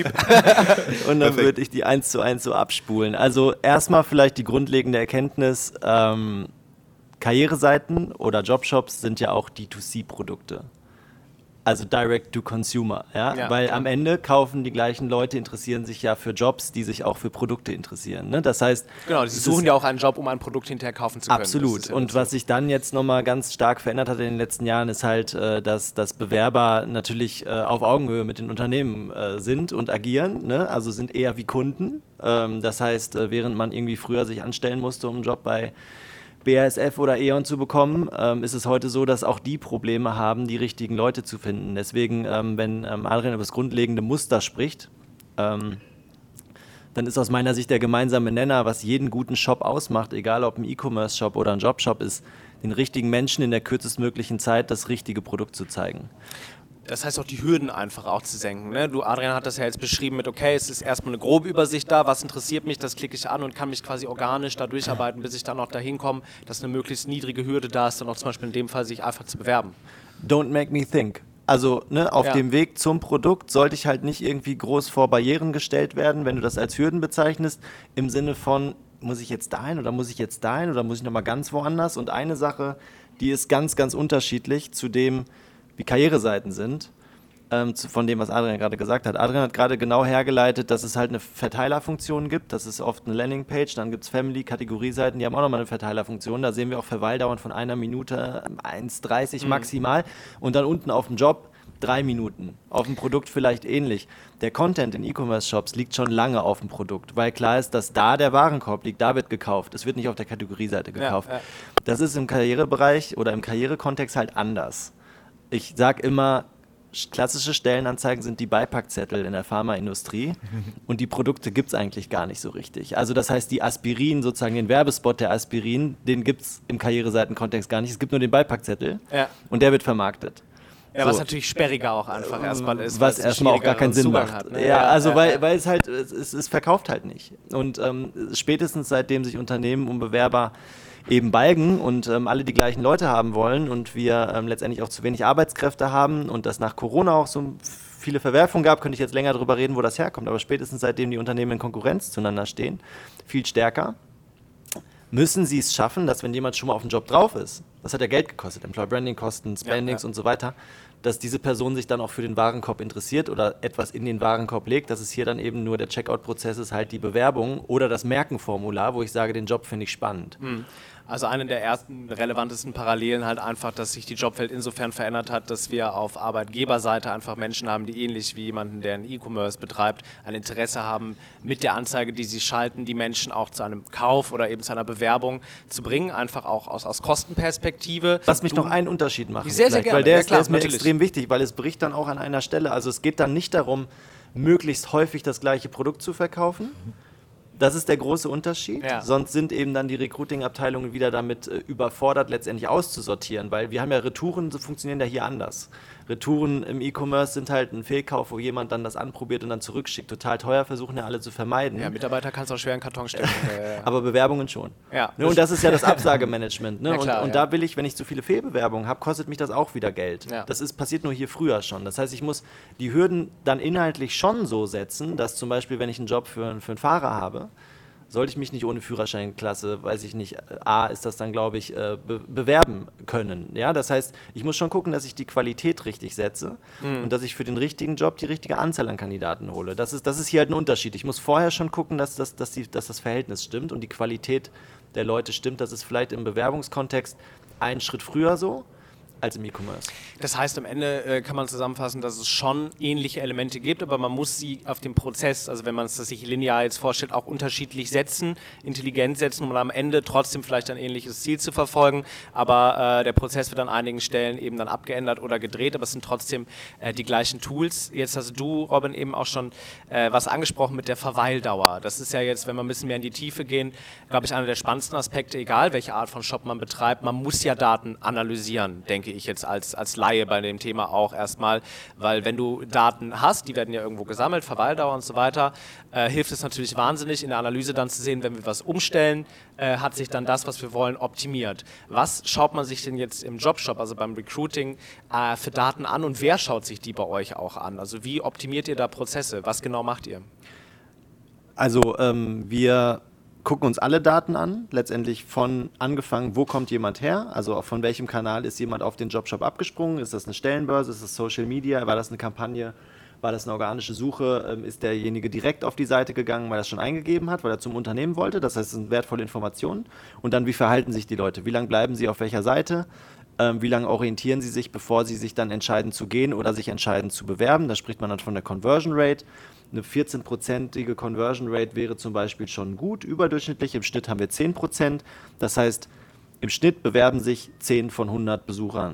Und dann würde ich die eins zu eins so abspulen. Also erstmal vielleicht die grundlegende Erkenntnis, ähm, Karriereseiten oder Jobshops sind ja auch D zwei C-Produkte. Also Direct to Consumer, ja? Ja, weil am Ende kaufen die gleichen Leute, interessieren sich ja für Jobs, die sich auch für Produkte interessieren. Ne? Das heißt, genau, sie suchen ja auch einen Job, um ein Produkt hinterher kaufen zu können. Absolut. Ja und was sich dann jetzt nochmal ganz stark verändert hat in den letzten Jahren, ist halt, äh, dass, dass Bewerber natürlich äh, auf Augenhöhe mit den Unternehmen äh, sind und agieren, ne? Also sind eher wie Kunden. Ähm, das heißt, äh, während man irgendwie früher sich anstellen musste, um einen Job bei B A S F oder E.ON zu bekommen, ähm, ist es heute so, dass auch die Probleme haben, die richtigen Leute zu finden. Deswegen, ähm, wenn ähm, Adrian über das grundlegende Muster spricht, ähm, dann ist aus meiner Sicht der gemeinsame Nenner, was jeden guten Shop ausmacht, egal ob ein E-Commerce-Shop oder ein Jobshop ist, den richtigen Menschen in der kürzestmöglichen Zeit das richtige Produkt zu zeigen. Das heißt auch die Hürden einfach auch zu senken. Ne? Du, Adrian, hat das ja jetzt beschrieben mit, okay, es ist erstmal eine grobe Übersicht da, was interessiert mich, das klicke ich an und kann mich quasi organisch da durcharbeiten, bis ich dann auch dahin komme, dass eine möglichst niedrige Hürde da ist, dann auch zum Beispiel in dem Fall sich einfach zu bewerben. Don't make me think. Also ne, auf ja. dem Weg zum Produkt sollte ich halt nicht irgendwie groß vor Barrieren gestellt werden, wenn du das als Hürden bezeichnest, im Sinne von, muss ich jetzt dahin oder muss ich jetzt dahin oder muss ich nochmal ganz woanders? Und eine Sache, die ist ganz, ganz unterschiedlich zu dem, wie Karriereseiten sind, ähm, zu, von dem, was Adrian gerade gesagt hat. Adrian hat gerade genau hergeleitet, dass es halt eine Verteilerfunktion gibt. Das ist oft eine Landingpage, dann gibt es Family, Kategorieseiten, die haben auch nochmal eine Verteilerfunktion. Da sehen wir auch Verweildauern von einer Minute, eins dreißig mhm. maximal. Und dann unten auf dem Job drei Minuten. Auf dem Produkt vielleicht ähnlich. Der Content in E-Commerce-Shops liegt schon lange auf dem Produkt, weil klar ist, dass da der Warenkorb liegt, da wird gekauft. Es wird nicht auf der Kategorieseite gekauft. Ja, ja. Das ist im Karrierebereich oder im Karrierekontext halt anders. Ich sage immer, klassische Stellenanzeigen sind die Beipackzettel in der Pharmaindustrie und die Produkte gibt es eigentlich gar nicht so richtig. Also das heißt, die Aspirin, sozusagen den Werbespot der Aspirin, den gibt es im Karriereseitenkontext gar nicht. Es gibt nur den Beipackzettel ja. und der wird vermarktet. Ja, so. Was natürlich sperriger auch einfach erstmal ist. Was erstmal auch gar keinen Sinn Zugang macht. Hat, ne? Ja, also ja, weil, ja. weil es halt, es, es verkauft halt nicht. Und ähm, spätestens seitdem sich Unternehmen um Bewerber eben balgen und ähm, alle die gleichen Leute haben wollen und wir ähm, letztendlich auch zu wenig Arbeitskräfte haben und das nach Corona auch so viele Verwerfungen gab, könnte ich jetzt länger drüber reden, wo das herkommt, aber spätestens seitdem die Unternehmen in Konkurrenz zueinander stehen, viel stärker, müssen sie es schaffen, dass wenn jemand schon mal auf dem Job drauf ist, das hat ja Geld gekostet, Employer Branding Kosten, Spendings ja, ja. und so weiter, dass diese Person sich dann auch für den Warenkorb interessiert oder etwas in den Warenkorb legt, dass es hier dann eben nur der Checkout-Prozess ist, halt die Bewerbung oder das Merkenformular, wo ich sage, den Job finde ich spannend. Mhm. Also eine der ersten relevantesten Parallelen halt einfach, dass sich die Jobwelt insofern verändert hat, dass wir auf Arbeitgeberseite einfach Menschen haben, die ähnlich wie jemanden, der einen E-Commerce betreibt, ein Interesse haben, mit der Anzeige, die sie schalten, die Menschen auch zu einem Kauf oder eben zu einer Bewerbung zu bringen, einfach auch aus, aus Kostenperspektive. Lass mich du, noch einen Unterschied machen. Sehr, sehr gerne. Weil der, ja, ist, klar, der ist mir natürlich. extrem wichtig, weil es bricht dann auch an einer Stelle. Also es geht dann nicht darum, möglichst häufig das gleiche Produkt zu verkaufen. Das ist der große Unterschied, ja. Sonst sind eben dann die Recruiting-Abteilungen wieder damit äh, überfordert, letztendlich auszusortieren, weil wir haben ja Retouren, so funktionieren ja hier anders. Retouren im E-Commerce sind halt ein Fehlkauf, wo jemand dann das anprobiert und dann zurückschickt. Total teuer, versuchen ja alle zu vermeiden. Ja, Mitarbeiter kannst du auch schwer in den Karton stecken. Aber Bewerbungen schon. Ja. Ne, und das ist ja das Absagemanagement. Ne? Ja, klar, und und ja. da will ich, wenn ich zu viele Fehlbewerbungen habe, kostet mich das auch wieder Geld. Ja. Das ist, passiert nur hier früher schon. Das heißt, ich muss die Hürden dann inhaltlich schon so setzen, dass zum Beispiel, wenn ich einen Job für, für einen Fahrer habe, sollte ich mich nicht ohne Führerscheinklasse, weiß ich nicht, A, ist das dann, glaube ich, be- bewerben können. Ja, das heißt, ich muss schon gucken, dass ich die Qualität richtig setze mhm. und dass ich für den richtigen Job die richtige Anzahl an Kandidaten hole. Das ist, das ist hier halt ein Unterschied. Ich muss vorher schon gucken, dass das, dass die, dass das Verhältnis stimmt und die Qualität der Leute stimmt. Das ist vielleicht im Bewerbungskontext einen Schritt früher so als im E-Commerce. Das heißt, am Ende äh, kann man zusammenfassen, dass es schon ähnliche Elemente gibt, aber man muss sie auf dem Prozess, also wenn man es sich linear jetzt vorstellt, auch unterschiedlich setzen, intelligent setzen, um am Ende trotzdem vielleicht ein ähnliches Ziel zu verfolgen, aber äh, der Prozess wird an einigen Stellen eben dann abgeändert oder gedreht, aber es sind trotzdem äh, die gleichen Tools. Jetzt hast du, Robin, eben auch schon äh, was angesprochen mit der Verweildauer. Das ist ja jetzt, wenn wir ein bisschen mehr in die Tiefe gehen, glaube ich, einer der spannendsten Aspekte, egal welche Art von Shop man betreibt, man muss ja Daten analysieren, denke ich jetzt als, als Laie bei dem Thema auch erstmal, weil wenn du Daten hast, die werden ja irgendwo gesammelt, Verweildauer und so weiter, äh, hilft es natürlich wahnsinnig in der Analyse dann zu sehen, wenn wir was umstellen, äh, hat sich dann das, was wir wollen, optimiert. Was schaut man sich denn jetzt im Jobshop, also beim Recruiting, äh, für Daten an und wer schaut sich die bei euch auch an? Also wie optimiert ihr da Prozesse? Was genau macht ihr? Also ähm, wir gucken uns alle Daten an, letztendlich von angefangen, wo kommt jemand her, also von welchem Kanal ist jemand auf den Jobshop abgesprungen, ist das eine Stellenbörse, ist das Social Media, war das eine Kampagne, war das eine organische Suche, ist derjenige direkt auf die Seite gegangen, weil er es schon eingegeben hat, weil er zum Unternehmen wollte, das heißt, es sind wertvolle Informationen und dann, wie verhalten sich die Leute, wie lange bleiben sie auf welcher Seite, ähm, wie lange orientieren sie sich, bevor sie sich dann entscheiden zu gehen oder sich entscheiden zu bewerben, da spricht man dann von der Conversion Rate. Eine vierzehnprozentige Conversion Rate wäre zum Beispiel schon gut, überdurchschnittlich. Im Schnitt haben wir zehn Prozent. Das heißt, im Schnitt bewerben sich zehn von hundert Besuchern.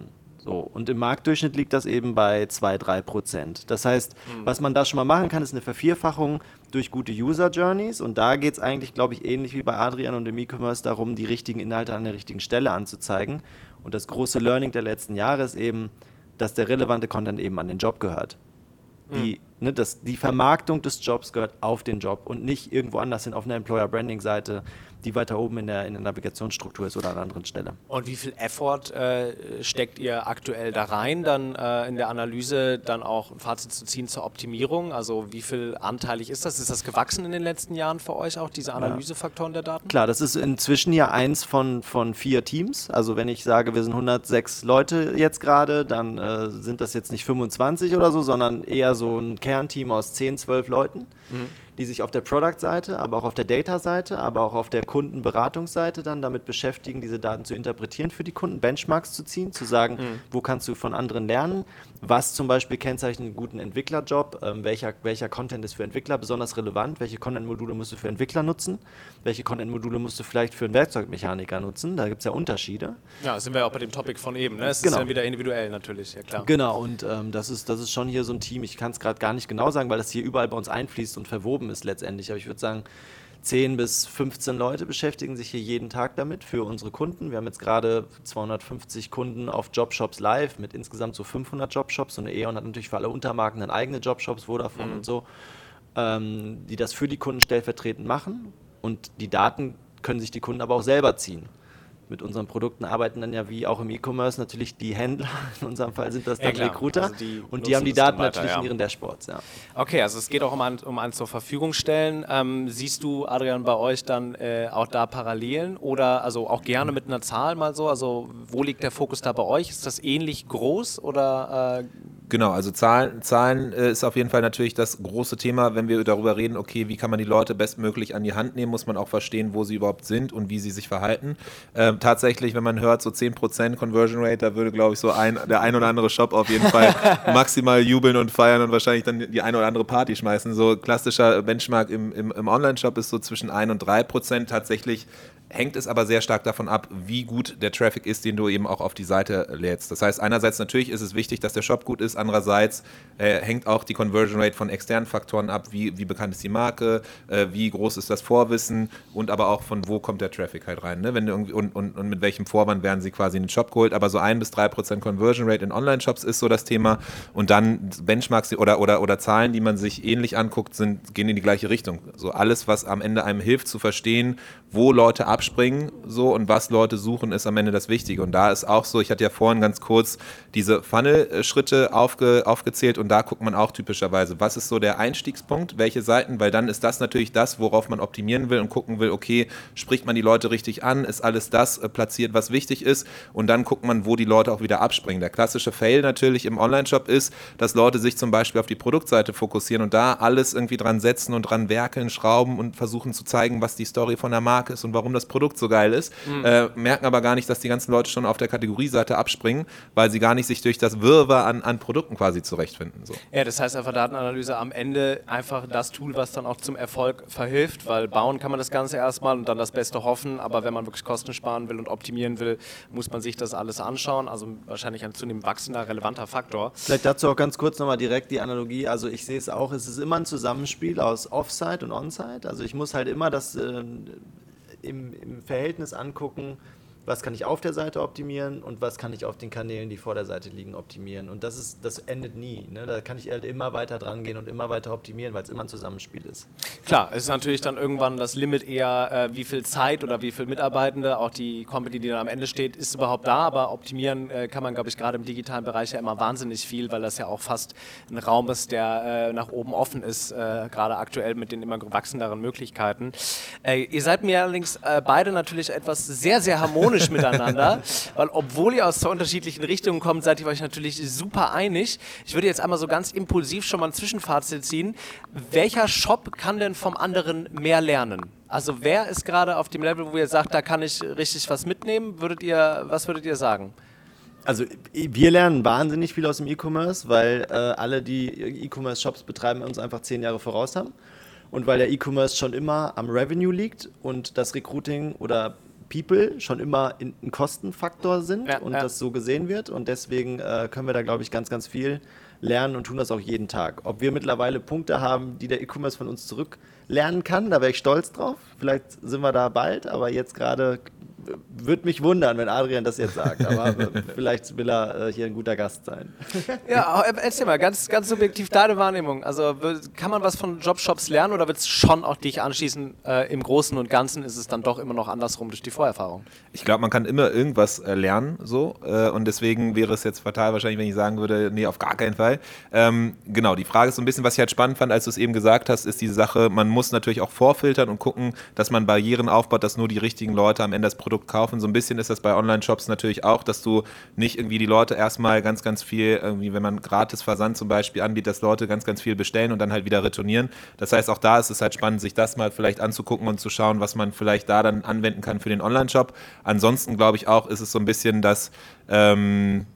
So, und im Marktdurchschnitt liegt das eben bei zwei bis drei Prozent. Das heißt, mhm. was man da schon mal machen kann, ist eine Vervierfachung durch gute User-Journeys. Und da geht es eigentlich, glaube ich, ähnlich wie bei Adrian und im E-Commerce darum, die richtigen Inhalte an der richtigen Stelle anzuzeigen. Und das große Learning der letzten Jahre ist eben, dass der relevante Content eben an den Job gehört. Die, mhm. ne, das, die Vermarktung des Jobs gehört auf den Job und nicht irgendwo anders hin auf einer Employer-Branding-Seite, die weiter oben in der, in der Navigationsstruktur ist oder an einer anderen Stelle. Und wie viel Effort äh, steckt ihr aktuell da rein, dann äh, in der Analyse dann auch ein Fazit zu ziehen zur Optimierung? Also wie viel anteilig ist das? Ist das gewachsen in den letzten Jahren für euch auch, diese Analysefaktoren der Daten? Klar, das ist inzwischen ja eins von, von vier Teams. Also wenn ich sage, wir sind hundertsechs Leute jetzt gerade, dann äh, sind das jetzt nicht fünfundzwanzig oder so, sondern eher so ein Kernteam aus zehn, zwölf Leuten. Mhm. Die sich auf der Product-Seite, aber auch auf der Data-Seite, aber auch auf der Kundenberatungsseite dann damit beschäftigen, diese Daten zu interpretieren für die Kunden, Benchmarks zu ziehen, zu sagen, mhm. wo kannst du von anderen lernen, was zum Beispiel kennzeichnet einen guten Entwicklerjob, ähm, welcher, welcher Content ist für Entwickler besonders relevant, welche Content-Module musst du für Entwickler nutzen, welche Content-Module musst du vielleicht für einen Werkzeugmechaniker nutzen, da gibt es ja Unterschiede. Ja, sind wir ja auch bei dem Topic von eben, ne? Es genau. ist dann wieder individuell natürlich, ja klar. Genau, und ähm, das, ist, das ist schon hier so ein Team, ich kann es gerade gar nicht genau sagen, weil das hier überall bei uns einfließt und verwoben ist letztendlich, aber ich würde sagen, zehn bis fünfzehn Leute beschäftigen sich hier jeden Tag damit für unsere Kunden. Wir haben jetzt gerade zweihundertfünfzig Kunden auf Jobshops live mit insgesamt so fünfhundert Jobshops und eine E.ON hat natürlich für alle Untermarken dann eigene Jobshops, Vodafone mhm. und so, ähm, die das für die Kunden stellvertretend machen und die Daten können sich die Kunden aber auch selber ziehen. Mit unseren Produkten arbeiten dann ja wie auch im E-Commerce natürlich die Händler, in unserem Fall sind das dann ja, Recruiter also die und die haben die Daten weiter, natürlich ja. in ihren Dashboards. Ja. Okay, also es geht auch um ein, um ein zur Verfügung stellen. Ähm, siehst du, Adrian, bei euch dann äh, auch da Parallelen oder also auch gerne mit einer Zahl mal so? Also wo liegt der Fokus da bei euch? Ist das ähnlich groß oder? Äh Genau, also Zahlen, Zahlen äh, ist auf jeden Fall natürlich das große Thema, wenn wir darüber reden, okay, wie kann man die Leute bestmöglich an die Hand nehmen, muss man auch verstehen, wo sie überhaupt sind und wie sie sich verhalten. Ähm, tatsächlich, wenn man hört, so zehn Prozent Conversion Rate, da würde, glaube ich, so ein, der ein oder andere Shop auf jeden Fall maximal jubeln und feiern und wahrscheinlich dann die eine oder andere Party schmeißen. So klassischer Benchmark im, im, im Online-Shop ist so zwischen ein und drei Prozent. Tatsächlich hängt es aber sehr stark davon ab, wie gut der Traffic ist, den du eben auch auf die Seite lädst. Das heißt, einerseits natürlich ist es wichtig, dass der Shop gut ist, andererseits äh, hängt auch die Conversion Rate von externen Faktoren ab, wie, wie bekannt ist die Marke, äh, wie groß ist das Vorwissen und aber auch von wo kommt der Traffic halt rein. Ne? Wenn irgendwie, und, und, und mit welchem Vorwand werden sie quasi in den Shop geholt. Aber so ein bis drei Prozent Conversion Rate in Online-Shops ist so das Thema. Und dann Benchmarks oder, oder, oder Zahlen, die man sich ähnlich anguckt, sind, gehen in die gleiche Richtung. So alles, was am Ende einem hilft zu verstehen, wo Leute abspringen so und was Leute suchen, ist am Ende das Wichtige. Und da ist auch so, ich hatte ja vorhin ganz kurz diese Funnel-Schritte aufge, aufgezählt und da guckt man auch typischerweise, was ist so der Einstiegspunkt, welche Seiten, weil dann ist das natürlich das, worauf man optimieren will und gucken will, okay, spricht man die Leute richtig an, ist alles das äh, platziert, was wichtig ist und dann guckt man, wo die Leute auch wieder abspringen. Der klassische Fail natürlich im Online-Shop ist, dass Leute sich zum Beispiel auf die Produktseite fokussieren und da alles irgendwie dran setzen und dran werkeln, schrauben und versuchen zu zeigen, was die Story von der Marke ist und warum das Produkt so geil ist, mhm. äh, merken aber gar nicht, dass die ganzen Leute schon auf der Kategorieseite abspringen, weil sie gar nicht sich durch das Wirrwarr an, an Produkten quasi zurechtfinden. So. Ja, das heißt einfach Datenanalyse am Ende einfach das Tool, was dann auch zum Erfolg verhilft, weil bauen kann man das Ganze erstmal und dann das Beste hoffen, aber wenn man wirklich Kosten sparen will und optimieren will, muss man sich das alles anschauen, also wahrscheinlich ein zunehmend wachsender, relevanter Faktor. Vielleicht dazu auch ganz kurz nochmal direkt die Analogie, also ich sehe es auch, es ist immer ein Zusammenspiel aus Offsite und Onsite, also ich muss halt immer das äh, im, im Verhältnis angucken, was kann ich auf der Seite optimieren und was kann ich auf den Kanälen, die vor der Seite liegen, optimieren. Und das ist, das endet nie. Ne? Da kann ich halt immer weiter dran gehen und immer weiter optimieren, weil es immer ein Zusammenspiel ist. Klar, es ist natürlich dann irgendwann das Limit eher, äh, wie viel Zeit oder wie viel Mitarbeitende, auch die Company, die dann am Ende steht, ist überhaupt da. Aber optimieren äh, kann man, glaube ich, gerade im digitalen Bereich ja immer wahnsinnig viel, weil das ja auch fast ein Raum ist, der äh, nach oben offen ist, äh, gerade aktuell mit den immer wachsenderen Möglichkeiten. Äh, ihr seid mir allerdings äh, beide natürlich etwas sehr, sehr harmonisch miteinander, weil obwohl ihr aus zwei unterschiedlichen Richtungen kommt, seid ihr euch natürlich super einig. Ich würde jetzt einmal so ganz impulsiv schon mal ein Zwischenfazit ziehen. Welcher Shop kann denn vom anderen mehr lernen? Also wer ist gerade auf dem Level, wo ihr sagt, da kann ich richtig was mitnehmen? Würdet ihr, was würdet ihr sagen? Also wir lernen wahnsinnig viel aus dem E-Commerce, weil äh, alle, die E-Commerce-Shops betreiben, uns einfach zehn Jahre voraus haben. Und weil der E-Commerce schon immer am Revenue liegt und das Recruiting oder People schon immer in, ein Kostenfaktor sind ja, und ja. das so gesehen wird. Und deswegen äh, können wir da, glaube ich, ganz, ganz viel lernen und tun das auch jeden Tag. Ob wir mittlerweile Punkte haben, die der E-Commerce von uns zurücklernen kann, da wäre ich stolz drauf. Vielleicht sind wir da bald, aber jetzt gerade würde mich wundern, wenn Adrian das jetzt sagt. Aber vielleicht will er äh, hier ein guter Gast sein. Ja, erzähl mal, ganz, ganz subjektiv deine Wahrnehmung. Also kann man was von Jobshops lernen oder wird es schon auch dich anschließen? Äh, Im Großen und Ganzen ist es dann doch immer noch andersrum durch die Vorerfahrung. Ich glaube, man kann immer irgendwas äh, lernen, so. Äh, und deswegen wäre es jetzt fatal wahrscheinlich, wenn ich sagen würde, nee, auf gar keinen Fall. Ähm, genau, die Frage ist so ein bisschen, was ich halt spannend fand, als du es eben gesagt hast, ist diese Sache, man muss natürlich auch vorfiltern und gucken, dass man Barrieren aufbaut, dass nur die richtigen Leute am Ende das Produkt kaufen. So ein bisschen ist das bei Online-Shops natürlich auch, dass du nicht irgendwie die Leute erstmal ganz, ganz viel, irgendwie, wenn man gratis Versand zum Beispiel anbietet, dass Leute ganz, ganz viel bestellen und dann halt wieder retournieren. Das heißt, auch da ist es halt spannend, sich das mal vielleicht anzugucken und zu schauen, was man vielleicht da dann anwenden kann für den Online-Shop. Ansonsten glaube ich auch, ist es so ein bisschen, dass ähm,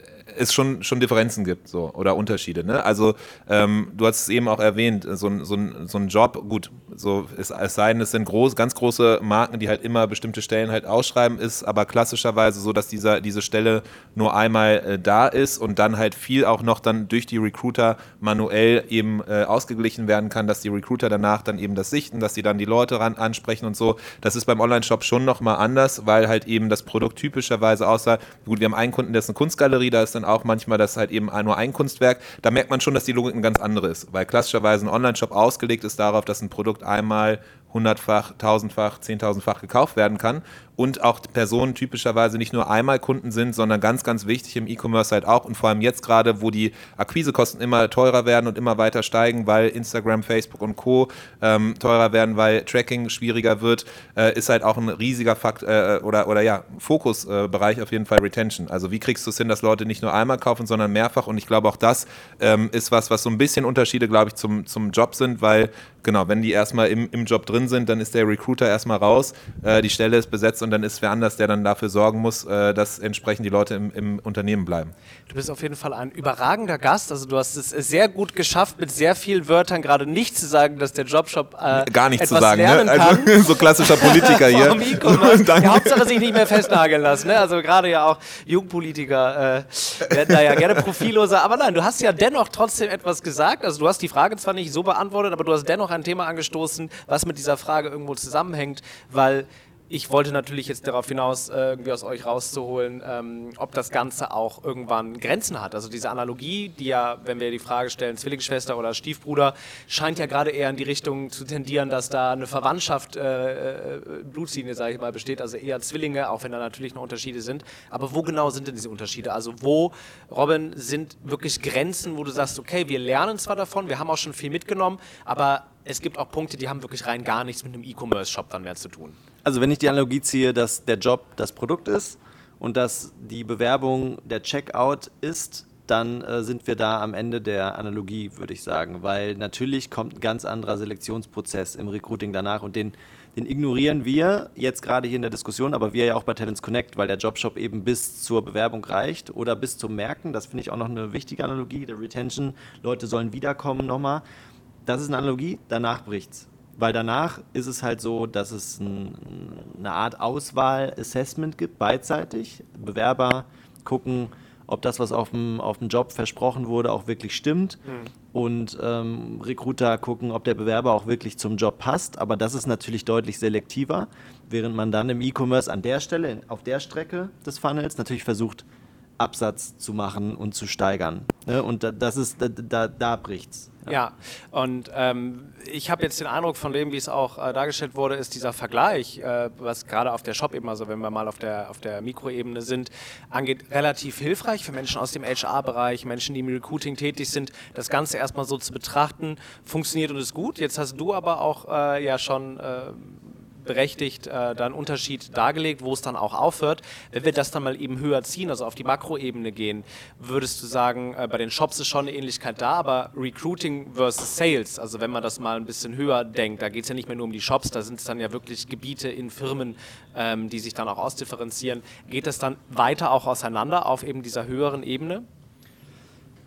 es schon, schon Differenzen gibt so, oder Unterschiede. Ne? Also ähm, du hast es eben auch erwähnt, so ein, so ein, so ein Job, gut, so es, es sei denn, es sind groß, ganz große Marken, die halt immer bestimmte Stellen halt ausschreiben, ist aber klassischerweise so, dass dieser, diese Stelle nur einmal äh, da ist und dann halt viel auch noch dann durch die Recruiter manuell eben äh, ausgeglichen werden kann, dass die Recruiter danach dann eben das sichten, dass sie dann die Leute ran ansprechen und so. Das ist beim Online-Shop schon nochmal anders, weil halt eben das Produkt typischerweise aussah, gut, wir haben einen Kunden, der ist eine Kunstgalerie, da ist dann auch manchmal das halt eben nur ein Kunstwerk. Da merkt man schon, dass die Logik eine ganz andere ist, weil klassischerweise ein Online-Shop ausgelegt ist darauf, dass ein Produkt einmal hundertfach, tausendfach, zehntausendfach gekauft werden kann und auch Personen typischerweise nicht nur einmal Kunden sind, sondern ganz, ganz wichtig im E-Commerce halt auch und vor allem jetzt gerade, wo die Akquisekosten immer teurer werden und immer weiter steigen, weil Instagram, Facebook und Co. Ähm, teurer werden, weil Tracking schwieriger wird, äh, ist halt auch ein riesiger Fakt äh, oder, oder ja, Fokusbereich äh, auf jeden Fall Retention. Also wie kriegst du es hin, dass Leute nicht nur einmal kaufen, sondern mehrfach und ich glaube auch das ähm, ist was, was so ein bisschen Unterschiede, glaube ich, zum, zum Job sind, weil genau, wenn die erstmal im, im Job drin sind, dann ist der Recruiter erstmal raus, äh, die Stelle ist besetzt und dann ist wer anders, der dann dafür sorgen muss, äh, dass entsprechend die Leute im, im Unternehmen bleiben. Du bist auf jeden Fall ein überragender Gast, also du hast es sehr gut geschafft, mit sehr vielen Wörtern gerade nicht zu sagen, dass der Jobshop äh, Gar nicht etwas zu sagen, lernen ne? kann. Also so klassischer Politiker hier. Ja, Hauptsache sich nicht mehr festnageln lassen, ne? Also gerade ja auch Jungpolitiker äh, werden da ja gerne profilloser, aber nein, du hast ja dennoch trotzdem etwas gesagt, also du hast die Frage zwar nicht so beantwortet, aber du hast dennoch ein Thema angestoßen, was mit dieser Frage irgendwo zusammenhängt, weil ich wollte natürlich jetzt darauf hinaus, äh, irgendwie aus euch rauszuholen, ähm, ob das Ganze auch irgendwann Grenzen hat. Also diese Analogie, die ja, wenn wir die Frage stellen, Zwillingsschwester oder Stiefbruder, scheint ja gerade eher in die Richtung zu tendieren, dass da eine Verwandtschaft, äh, Blutslinie, sage ich mal, besteht, also eher Zwillinge, auch wenn da natürlich noch Unterschiede sind. Aber wo genau sind denn diese Unterschiede? Also wo, Robin, sind wirklich Grenzen, wo du sagst, okay, wir lernen zwar davon, wir haben auch schon viel mitgenommen, aber es gibt auch Punkte, die haben wirklich rein gar nichts mit einem E-Commerce-Shop dann mehr zu tun. Also wenn ich die Analogie ziehe, dass der Job das Produkt ist und dass die Bewerbung der Checkout ist, dann äh, sind wir da am Ende der Analogie, würde ich sagen. Weil natürlich kommt ein ganz anderer Selektionsprozess im Recruiting danach und den, den ignorieren wir jetzt gerade hier in der Diskussion, aber wir ja auch bei Talents Connect, weil der Jobshop eben bis zur Bewerbung reicht oder bis zum Merken. Das finde ich auch noch eine wichtige Analogie, der Retention. Leute sollen wiederkommen nochmal. Das ist eine Analogie, danach bricht's. Weil danach ist es halt so, dass es ein, eine Art Auswahl-Assessment gibt, beidseitig. Bewerber gucken, ob das, was auf dem, auf dem Job versprochen wurde, auch wirklich stimmt. Mhm. Und ähm, Recruiter gucken, ob der Bewerber auch wirklich zum Job passt. Aber das ist natürlich deutlich selektiver, während man dann im E-Commerce an der Stelle, auf der Strecke des Funnels natürlich versucht, Absatz zu machen und zu steigern. Ne? Und da, das ist, da, da, da bricht's. Ja, ja. Und ähm, ich habe jetzt den Eindruck von dem, wie es auch äh, dargestellt wurde, ist dieser Vergleich, äh, was gerade auf der Shop eben, also wenn wir mal auf der, auf der Mikroebene sind, angeht, relativ hilfreich für Menschen aus dem H R-Bereich, Menschen, die im Recruiting tätig sind, das Ganze erstmal so zu betrachten, funktioniert und ist gut. Jetzt hast du aber auch äh, ja schon äh, berechtigt äh, da einen Unterschied dargelegt, wo es dann auch aufhört. Wenn wir das dann mal eben höher ziehen, also auf die Makroebene gehen, würdest du sagen, äh, bei den Shops ist schon eine Ähnlichkeit da, aber Recruiting versus Sales, also wenn man das mal ein bisschen höher denkt, da geht es ja nicht mehr nur um die Shops, da sind es dann ja wirklich Gebiete in Firmen, ähm, die sich dann auch ausdifferenzieren. Geht das dann weiter auch auseinander auf eben dieser höheren Ebene?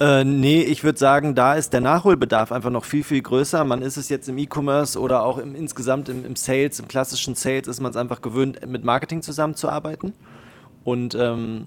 Äh, nee, ich würde sagen, da ist der Nachholbedarf einfach noch viel, viel größer. Man ist es jetzt im E-Commerce oder auch im, insgesamt im, im Sales, im klassischen Sales ist man es einfach gewöhnt, mit Marketing zusammenzuarbeiten. Und ähm,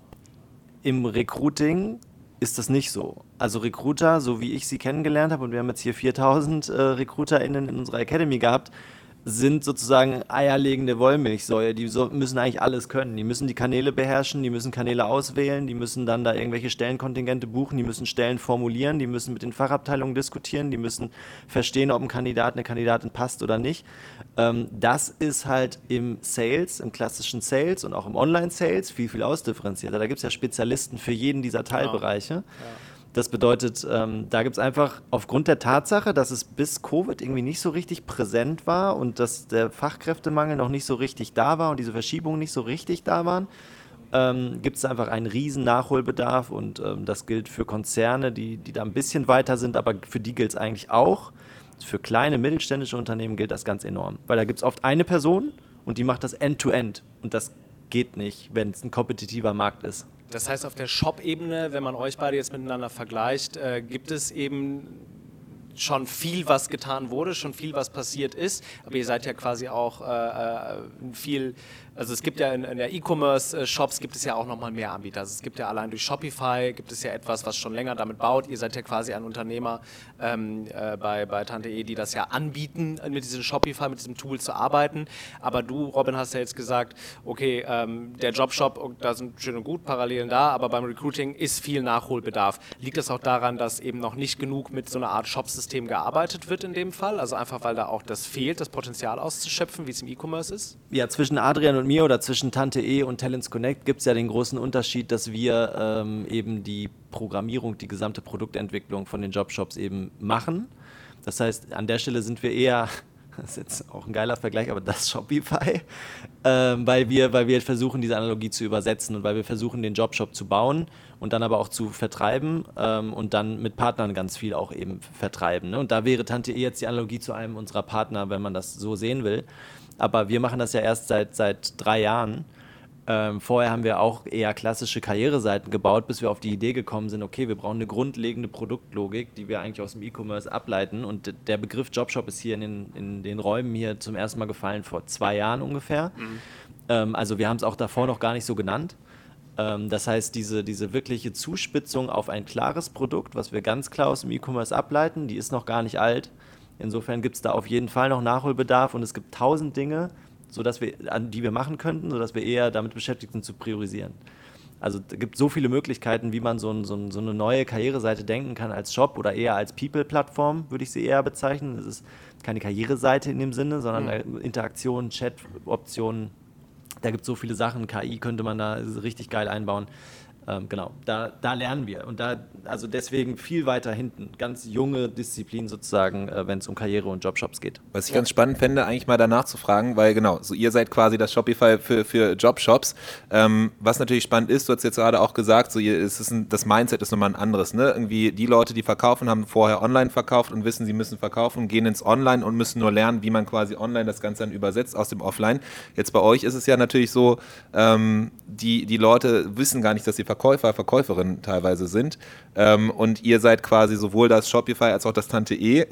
im Recruiting ist das nicht so. Also Recruiter, so wie ich sie kennengelernt habe, und wir haben jetzt hier viertausend äh, RecruiterInnen in unserer Academy gehabt, sind sozusagen eierlegende Wollmilchsäue. Die so, müssen eigentlich alles können. Die müssen die Kanäle beherrschen, die müssen Kanäle auswählen, die müssen dann da irgendwelche Stellenkontingente buchen, die müssen Stellen formulieren, die müssen mit den Fachabteilungen diskutieren, die müssen verstehen, ob ein Kandidat, eine Kandidatin passt oder nicht. Ähm, das ist halt im Sales, im klassischen Sales und auch im Online-Sales viel, viel ausdifferenzierter. Da gibt es ja Spezialisten für jeden dieser Teilbereiche. Ja. Ja. Das bedeutet, ähm, da gibt es einfach aufgrund der Tatsache, dass es bis Covid irgendwie nicht so richtig präsent war und dass der Fachkräftemangel noch nicht so richtig da war und diese Verschiebungen nicht so richtig da waren, ähm, gibt es einfach einen riesen Nachholbedarf und ähm, das gilt für Konzerne, die, die da ein bisschen weiter sind, aber für die gilt es eigentlich auch. Für kleine mittelständische Unternehmen gilt das ganz enorm, weil da gibt es oft eine Person und die macht das End-to-End und das geht nicht, wenn es ein kompetitiver Markt ist. Das heißt, auf der Shop-Ebene, wenn man euch beide jetzt miteinander vergleicht, äh, gibt es eben schon viel, was getan wurde, schon viel, was passiert ist, aber ihr seid ja quasi auch äh, viel, also es gibt ja in, in der E-Commerce-Shops gibt es ja auch nochmal mehr Anbieter. Also es gibt ja allein durch Shopify, gibt es ja etwas, was schon länger damit baut. Ihr seid ja quasi ein Unternehmer ähm, äh, bei, bei Tante-E, die das ja anbieten, mit diesem Shopify, mit diesem Tool zu arbeiten. Aber du, Robin, hast ja jetzt gesagt, okay, ähm, der Jobshop, da sind schön und gut Parallelen da, aber beim Recruiting ist viel Nachholbedarf. Liegt das auch daran, dass eben noch nicht genug mit so einer Art Shopsystem gearbeitet wird in dem Fall? Also einfach, weil da auch das fehlt, das Potenzial auszuschöpfen, wie es im E-Commerce ist? Ja, zwischen Adrian und mir oder zwischen Tante-E und Talents Connect gibt es ja den großen Unterschied, dass wir ähm, eben die Programmierung, die gesamte Produktentwicklung von den Jobshops eben machen. Das heißt, an der Stelle sind wir eher, das ist jetzt auch ein geiler Vergleich, aber das Shopify, ähm, weil wir, weil wir versuchen, diese Analogie zu übersetzen und weil wir versuchen, den Jobshop zu bauen und dann aber auch zu vertreiben ähm, und dann mit Partnern ganz viel auch eben vertreiben. Ne? Und da wäre Tante-E jetzt die Analogie zu einem unserer Partner, wenn man das so sehen will. Aber wir machen das ja erst seit, seit drei Jahren. Ähm, vorher haben wir auch eher klassische Karriereseiten gebaut, bis wir auf die Idee gekommen sind, okay, wir brauchen eine grundlegende Produktlogik, die wir eigentlich aus dem E-Commerce ableiten. Und der Begriff Jobshop ist hier in den, in den Räumen hier zum ersten Mal gefallen, vor zwei Jahren ungefähr. Mhm. Ähm, also wir haben es auch davor noch gar nicht so genannt. Ähm, das heißt, diese, diese wirkliche Zuspitzung auf ein klares Produkt, was wir ganz klar aus dem E-Commerce ableiten, die ist noch gar nicht alt. Insofern gibt es da auf jeden Fall noch Nachholbedarf und es gibt tausend Dinge, sodass wir, an die wir machen könnten, sodass wir eher damit beschäftigt sind, zu priorisieren. Also es gibt so viele Möglichkeiten, wie man so, ein, so, ein, so eine neue Karriereseite denken kann als Shop oder eher als People-Plattform, würde ich sie eher bezeichnen. Es ist keine Karriereseite in dem Sinne, sondern mhm. Interaktion, Chat-Optionen. Da gibt es so viele Sachen. K I könnte man da richtig geil einbauen. Ähm, genau, da, da lernen wir und da, also deswegen viel weiter hinten, ganz junge Disziplin sozusagen, äh, wenn es um Karriere und Jobshops geht. Was ich ja. ganz spannend fände, eigentlich mal danach zu fragen, weil genau, so ihr seid quasi das Shopify für, für Jobshops. Ähm, was natürlich spannend ist, du hast jetzt gerade auch gesagt, so ihr, es ist ein, das Mindset ist nochmal ein anderes, ne? Irgendwie die Leute, die verkaufen, haben vorher online verkauft und wissen, sie müssen verkaufen, gehen ins Online und müssen nur lernen, wie man quasi online das Ganze dann übersetzt aus dem Offline. Jetzt bei euch ist es ja natürlich so, ähm, die, die Leute wissen gar nicht, dass sie verkaufen. Verkäufer, Verkäuferinnen teilweise sind ähm, und ihr seid quasi sowohl das Shopify als auch das Tante-E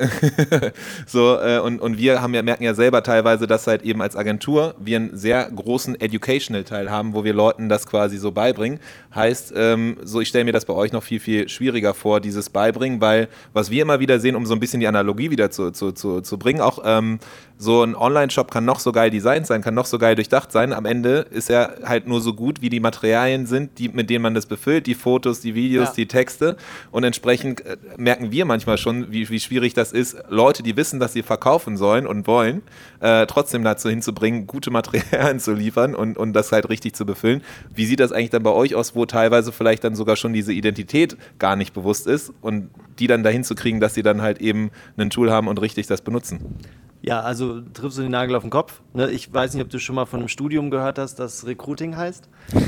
so, äh, und, und wir haben ja, merken ja selber teilweise, dass halt eben als Agentur wir einen sehr großen Educational-Teil haben, wo wir Leuten das quasi so beibringen. Heißt, ähm, so ich stelle mir das bei euch noch viel, viel schwieriger vor, dieses Beibringen, weil was wir immer wieder sehen, um so ein bisschen die Analogie wieder zu, zu, zu, zu bringen, auch ähm, so ein Online-Shop kann noch so geil designt sein, kann noch so geil durchdacht sein, am Ende ist er halt nur so gut, wie die Materialien sind, die, mit denen man das befüllt, die Fotos, die Videos, ja. die Texte und entsprechend äh, merken wir manchmal schon, wie, wie schwierig das ist, Leute, die wissen, dass sie verkaufen sollen und wollen, äh, trotzdem dazu hinzubringen, gute Materialien zu liefern und, und das halt richtig zu befüllen. Wie sieht das eigentlich dann bei euch aus, wo teilweise vielleicht dann sogar schon diese Identität gar nicht bewusst ist und die dann dahin zu kriegen, dass sie dann halt eben ein Tool haben und richtig das benutzen? Ja, also triffst du den Nagel auf den Kopf. Ne? Ich weiß nicht, ob du schon mal von einem Studium gehört hast, das Recruiting heißt.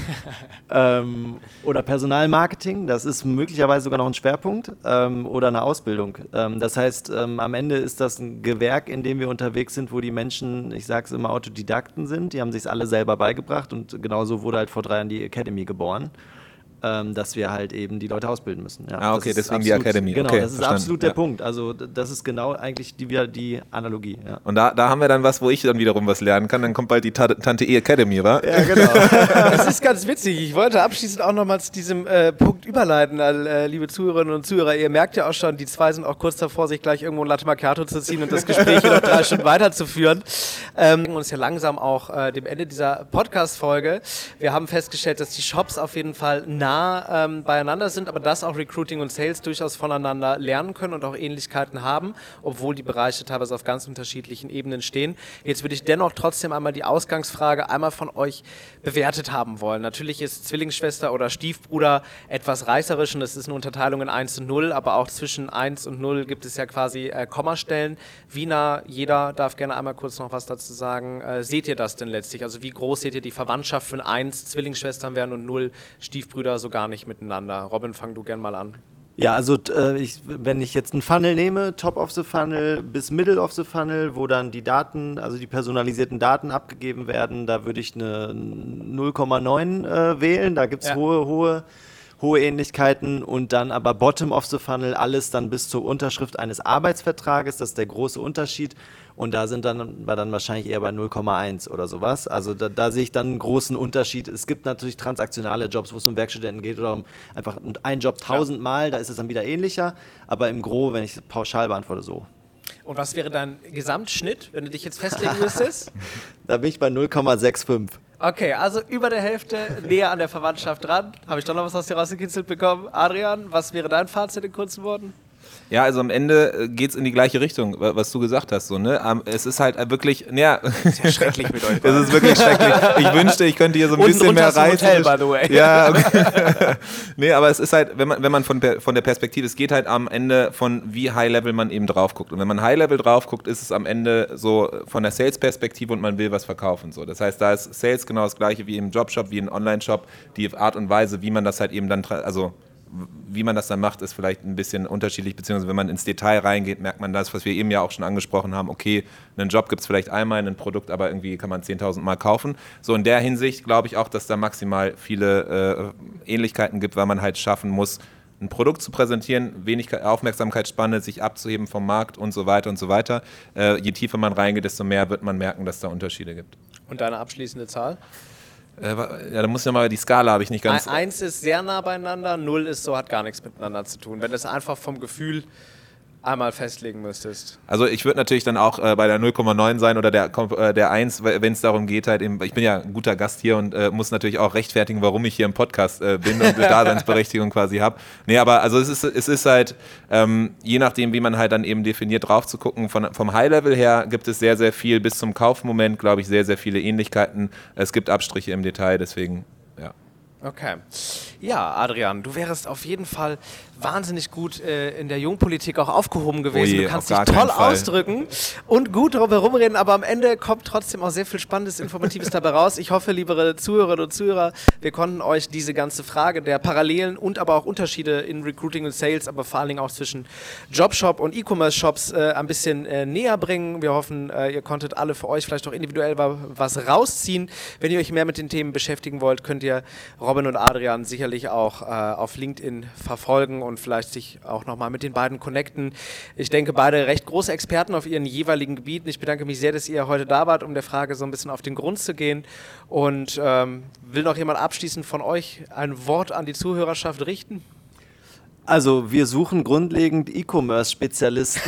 ähm, oder Personalmarketing, das ist möglicherweise sogar noch ein Schwerpunkt ähm, oder eine Ausbildung. Ähm, das heißt, ähm, am Ende ist das ein Gewerk, in dem wir unterwegs sind, wo die Menschen, ich sage es immer, Autodidakten sind. Die haben sich alle selber beigebracht und genauso wurde halt vor drei Jahren die Academy geboren. ähm, dass wir halt eben die Leute ausbilden müssen. Ja, ah, okay, das ist deswegen absolut, die Academy. Genau, okay, das ist verstanden. absolut der ja. Punkt. Also das ist genau eigentlich die, wieder die Analogie. Ja. Und da, da haben wir dann was, wo ich dann wiederum was lernen kann. Dann kommt bald die Ta- Tante E Academy, wa? Ja, genau. Das ist ganz witzig. Ich wollte abschließend auch nochmal zu diesem äh, Punkt überleiten, äh, liebe Zuhörerinnen und Zuhörer. Ihr merkt ja auch schon, die zwei sind auch kurz davor, sich gleich irgendwo ein Latte Macchiato zu ziehen und das Gespräch noch drei Stunden weiterzuführen. Ähm, und uns ja langsam auch äh, dem Ende dieser Podcast-Folge. Wir haben festgestellt, dass die Shops auf jeden Fall nah ähm, beieinander sind, aber dass auch Recruiting und Sales durchaus voneinander lernen können und auch Ähnlichkeiten haben, obwohl die Bereiche teilweise auf ganz unterschiedlichen Ebenen stehen. Jetzt würde ich dennoch trotzdem einmal die Ausgangsfrage einmal von euch bewertet haben wollen. Natürlich ist Zwillingsschwester oder Stiefbruder etwas reißerisch und das ist eine Unterteilung in eins und null, aber auch zwischen eins und null gibt es ja quasi äh, Kommastellen. Wie nah, jeder darf gerne einmal kurz noch was dazu sagen. Äh, seht ihr das denn letztlich? Also wie groß seht ihr die Verwandtschaft, wenn eins Zwillingsschwestern wären und null Stiefbrüder so gar nicht miteinander? Robin, fang du gern mal an. Ja, also äh, ich, wenn ich jetzt einen Funnel nehme, Top of the Funnel bis Middle of the Funnel, wo dann die Daten, also die personalisierten Daten abgegeben werden, da würde ich eine null Komma neun äh, wählen. Da gibt es Ja. hohe, hohe, hohe Ähnlichkeiten und dann aber Bottom of the Funnel, alles dann bis zur Unterschrift eines Arbeitsvertrages. Das ist der große Unterschied. Und da sind dann, war dann wahrscheinlich eher bei null Komma eins oder sowas. Also da, da sehe ich dann einen großen Unterschied. Es gibt natürlich transaktionale Jobs, wo es um Werkstudenten geht oder um einfach einen Job tausendmal, da ist es dann wieder ähnlicher. Aber im Gros, wenn ich pauschal beantworte, so. Und was wäre dein Gesamtschnitt, wenn du dich jetzt festlegen müsstest? Da bin ich bei null Komma fünfundsechzig. Okay, also über der Hälfte näher an der Verwandtschaft dran. Habe ich doch noch was aus dir rausgekitzelt bekommen? Adrian, was wäre dein Fazit in kurzen Worten? Ja, also am Ende geht es in die gleiche Richtung, wa- was du gesagt hast. So, ne? Ähm, Es ist halt wirklich, ja, Ist ja schrecklich mit euch. es ist wirklich schrecklich. Ich wünschte, ich könnte hier so ein Unten bisschen mehr drunter ist ein reißen. Hotel, by the way. Ja, okay. Nee, aber es ist halt, wenn man, wenn man von, per- von der Perspektive, es geht halt am Ende von wie High-Level man eben drauf guckt. Und wenn man High-Level drauf guckt, ist es am Ende so von der Sales-Perspektive und man will was verkaufen. So. Das heißt, da ist Sales genau das gleiche wie im Jobshop, wie im Online-Shop. Die Art und Weise, wie man das halt eben dann, tra- also wie man das dann macht, ist vielleicht ein bisschen unterschiedlich, beziehungsweise wenn man ins Detail reingeht, merkt man das, was wir eben ja auch schon angesprochen haben, okay, einen Job gibt es vielleicht einmal, ein Produkt, aber irgendwie kann man zehntausend Mal kaufen. So in der Hinsicht glaube ich auch, dass da maximal viele äh, Ähnlichkeiten gibt, weil man halt schaffen muss, ein Produkt zu präsentieren, wenig Aufmerksamkeitsspanne, sich abzuheben vom Markt und so weiter und so weiter. Äh, je tiefer man reingeht, desto mehr wird man merken, dass da Unterschiede gibt. Und deine abschließende Zahl? Äh, ja, da muss ich nochmal, die Skala habe ich nicht ganz... Eins ist sehr nah beieinander, null ist so, hat gar nichts miteinander zu tun. Wenn du es einfach vom Gefühl einmal festlegen müsstest. Also ich würde natürlich dann auch äh, bei der null Komma neun sein oder der, äh, der eins, wenn es darum geht, halt eben, ich bin ja ein guter Gast hier und äh, muss natürlich auch rechtfertigen, warum ich hier im Podcast äh, bin und eine Daseinsberechtigung quasi habe. Nee, aber also es ist, es ist halt, ähm, je nachdem, wie man halt dann eben definiert, drauf zu gucken, von, vom High-Level her gibt es sehr, sehr viel, bis zum Kaufmoment, glaube ich, sehr, sehr viele Ähnlichkeiten. Es gibt Abstriche im Detail, deswegen, ja. Okay. Ja, Adrian, du wärst auf jeden Fall wahnsinnig gut äh, in der Jungpolitik auch aufgehoben gewesen. Oh je, du kannst auf dich gar toll keinen Fall. ausdrücken und gut darüber rumreden, aber am Ende kommt trotzdem auch sehr viel Spannendes, Informatives dabei raus. Ich hoffe, liebe Zuhörerinnen und Zuhörer, wir konnten euch diese ganze Frage der Parallelen und aber auch Unterschiede in Recruiting und Sales, aber vor allen Dingen auch zwischen Jobshop und E-Commerce-Shops äh, ein bisschen äh, näher bringen. Wir hoffen, äh, ihr konntet alle für euch vielleicht auch individuell wa- was rausziehen. Wenn ihr euch mehr mit den Themen beschäftigen wollt, könnt ihr Robin und Adrian sicherlich auch äh, auf LinkedIn verfolgen und vielleicht sich auch nochmal mit den beiden connecten. Ich denke, beide recht große Experten auf ihren jeweiligen Gebieten. Ich bedanke mich sehr, dass ihr heute da wart, um der Frage so ein bisschen auf den Grund zu gehen. Und ähm, will noch jemand abschließend von euch ein Wort an die Zuhörerschaft richten? Also wir suchen grundlegend E-Commerce-Spezialisten.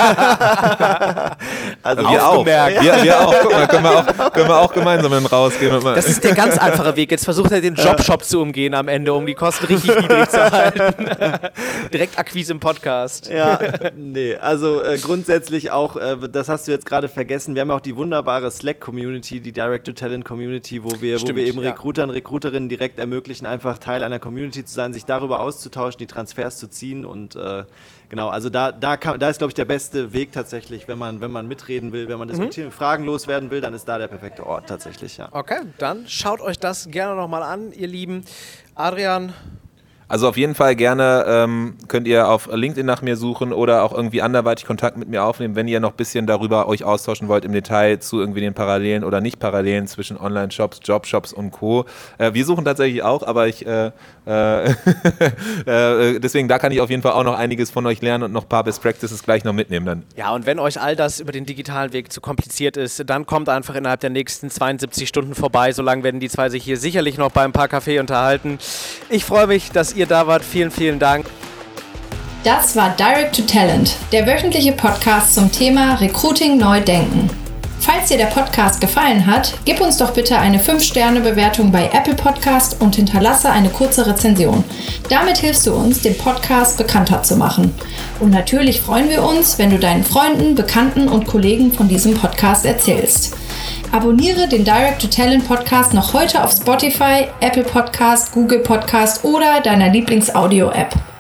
also Wir auch. Aufgemerkt. Wir, wir auch. Guck mal, können wir auch, können wir auch gemeinsam dann rausgehen. Und mal Das ist der ganz einfache Weg. Jetzt versucht er den Jobshop zu umgehen am Ende, um die Kosten richtig niedrig zu halten. Direkt Akquise im Podcast. Ja, nee, also äh, grundsätzlich auch, äh, das hast du jetzt gerade vergessen, wir haben ja auch die wunderbare Slack-Community, die Direct-to-Talent-Community, wo wir, wo Stimmt, wir eben ja. Recruitern, Recruiterinnen direkt ermöglichen, einfach Teil einer Community zu sein, sich darüber auszutauschen, die Transfers zu ziehen und äh, genau, also da, da, kann, da ist, glaube ich, der beste Weg tatsächlich, wenn man, wenn man mitreden will, wenn man diskutieren, Fragen loswerden will, dann ist da der perfekte Ort tatsächlich, ja. Okay, dann schaut euch das gerne nochmal an, ihr Lieben. Adrian, Also auf jeden Fall gerne ähm, könnt ihr auf LinkedIn nach mir suchen oder auch irgendwie anderweitig Kontakt mit mir aufnehmen, wenn ihr noch ein bisschen darüber euch austauschen wollt im Detail zu irgendwie den Parallelen oder nicht Parallelen zwischen Online-Shops, Jobshops und Co. Äh, wir suchen tatsächlich auch, aber ich äh, äh, äh, deswegen, da kann ich auf jeden Fall auch noch einiges von euch lernen und noch ein paar Best Practices gleich noch mitnehmen dann. Ja, und wenn euch all das über den digitalen Weg zu kompliziert ist, dann kommt einfach innerhalb der nächsten zweiundsiebzig Stunden vorbei. Solange werden die zwei sich hier sicherlich noch bei ein paar Kaffee unterhalten. Ich freue mich, dass ihr da wart. Vielen, vielen Dank. Das war Direct to Talent, der wöchentliche Podcast zum Thema Recruiting neu denken. Falls dir der Podcast gefallen hat, gib uns doch bitte eine fünf Sterne Bewertung bei Apple Podcast und hinterlasse eine kurze Rezension. Damit hilfst du uns, den Podcast bekannter zu machen. Und natürlich freuen wir uns, wenn du deinen Freunden, Bekannten und Kollegen von diesem Podcast erzählst. Abonniere den Direct to Talent Podcast noch heute auf Spotify, Apple Podcast, Google Podcast oder deiner Lieblings-Audio-App.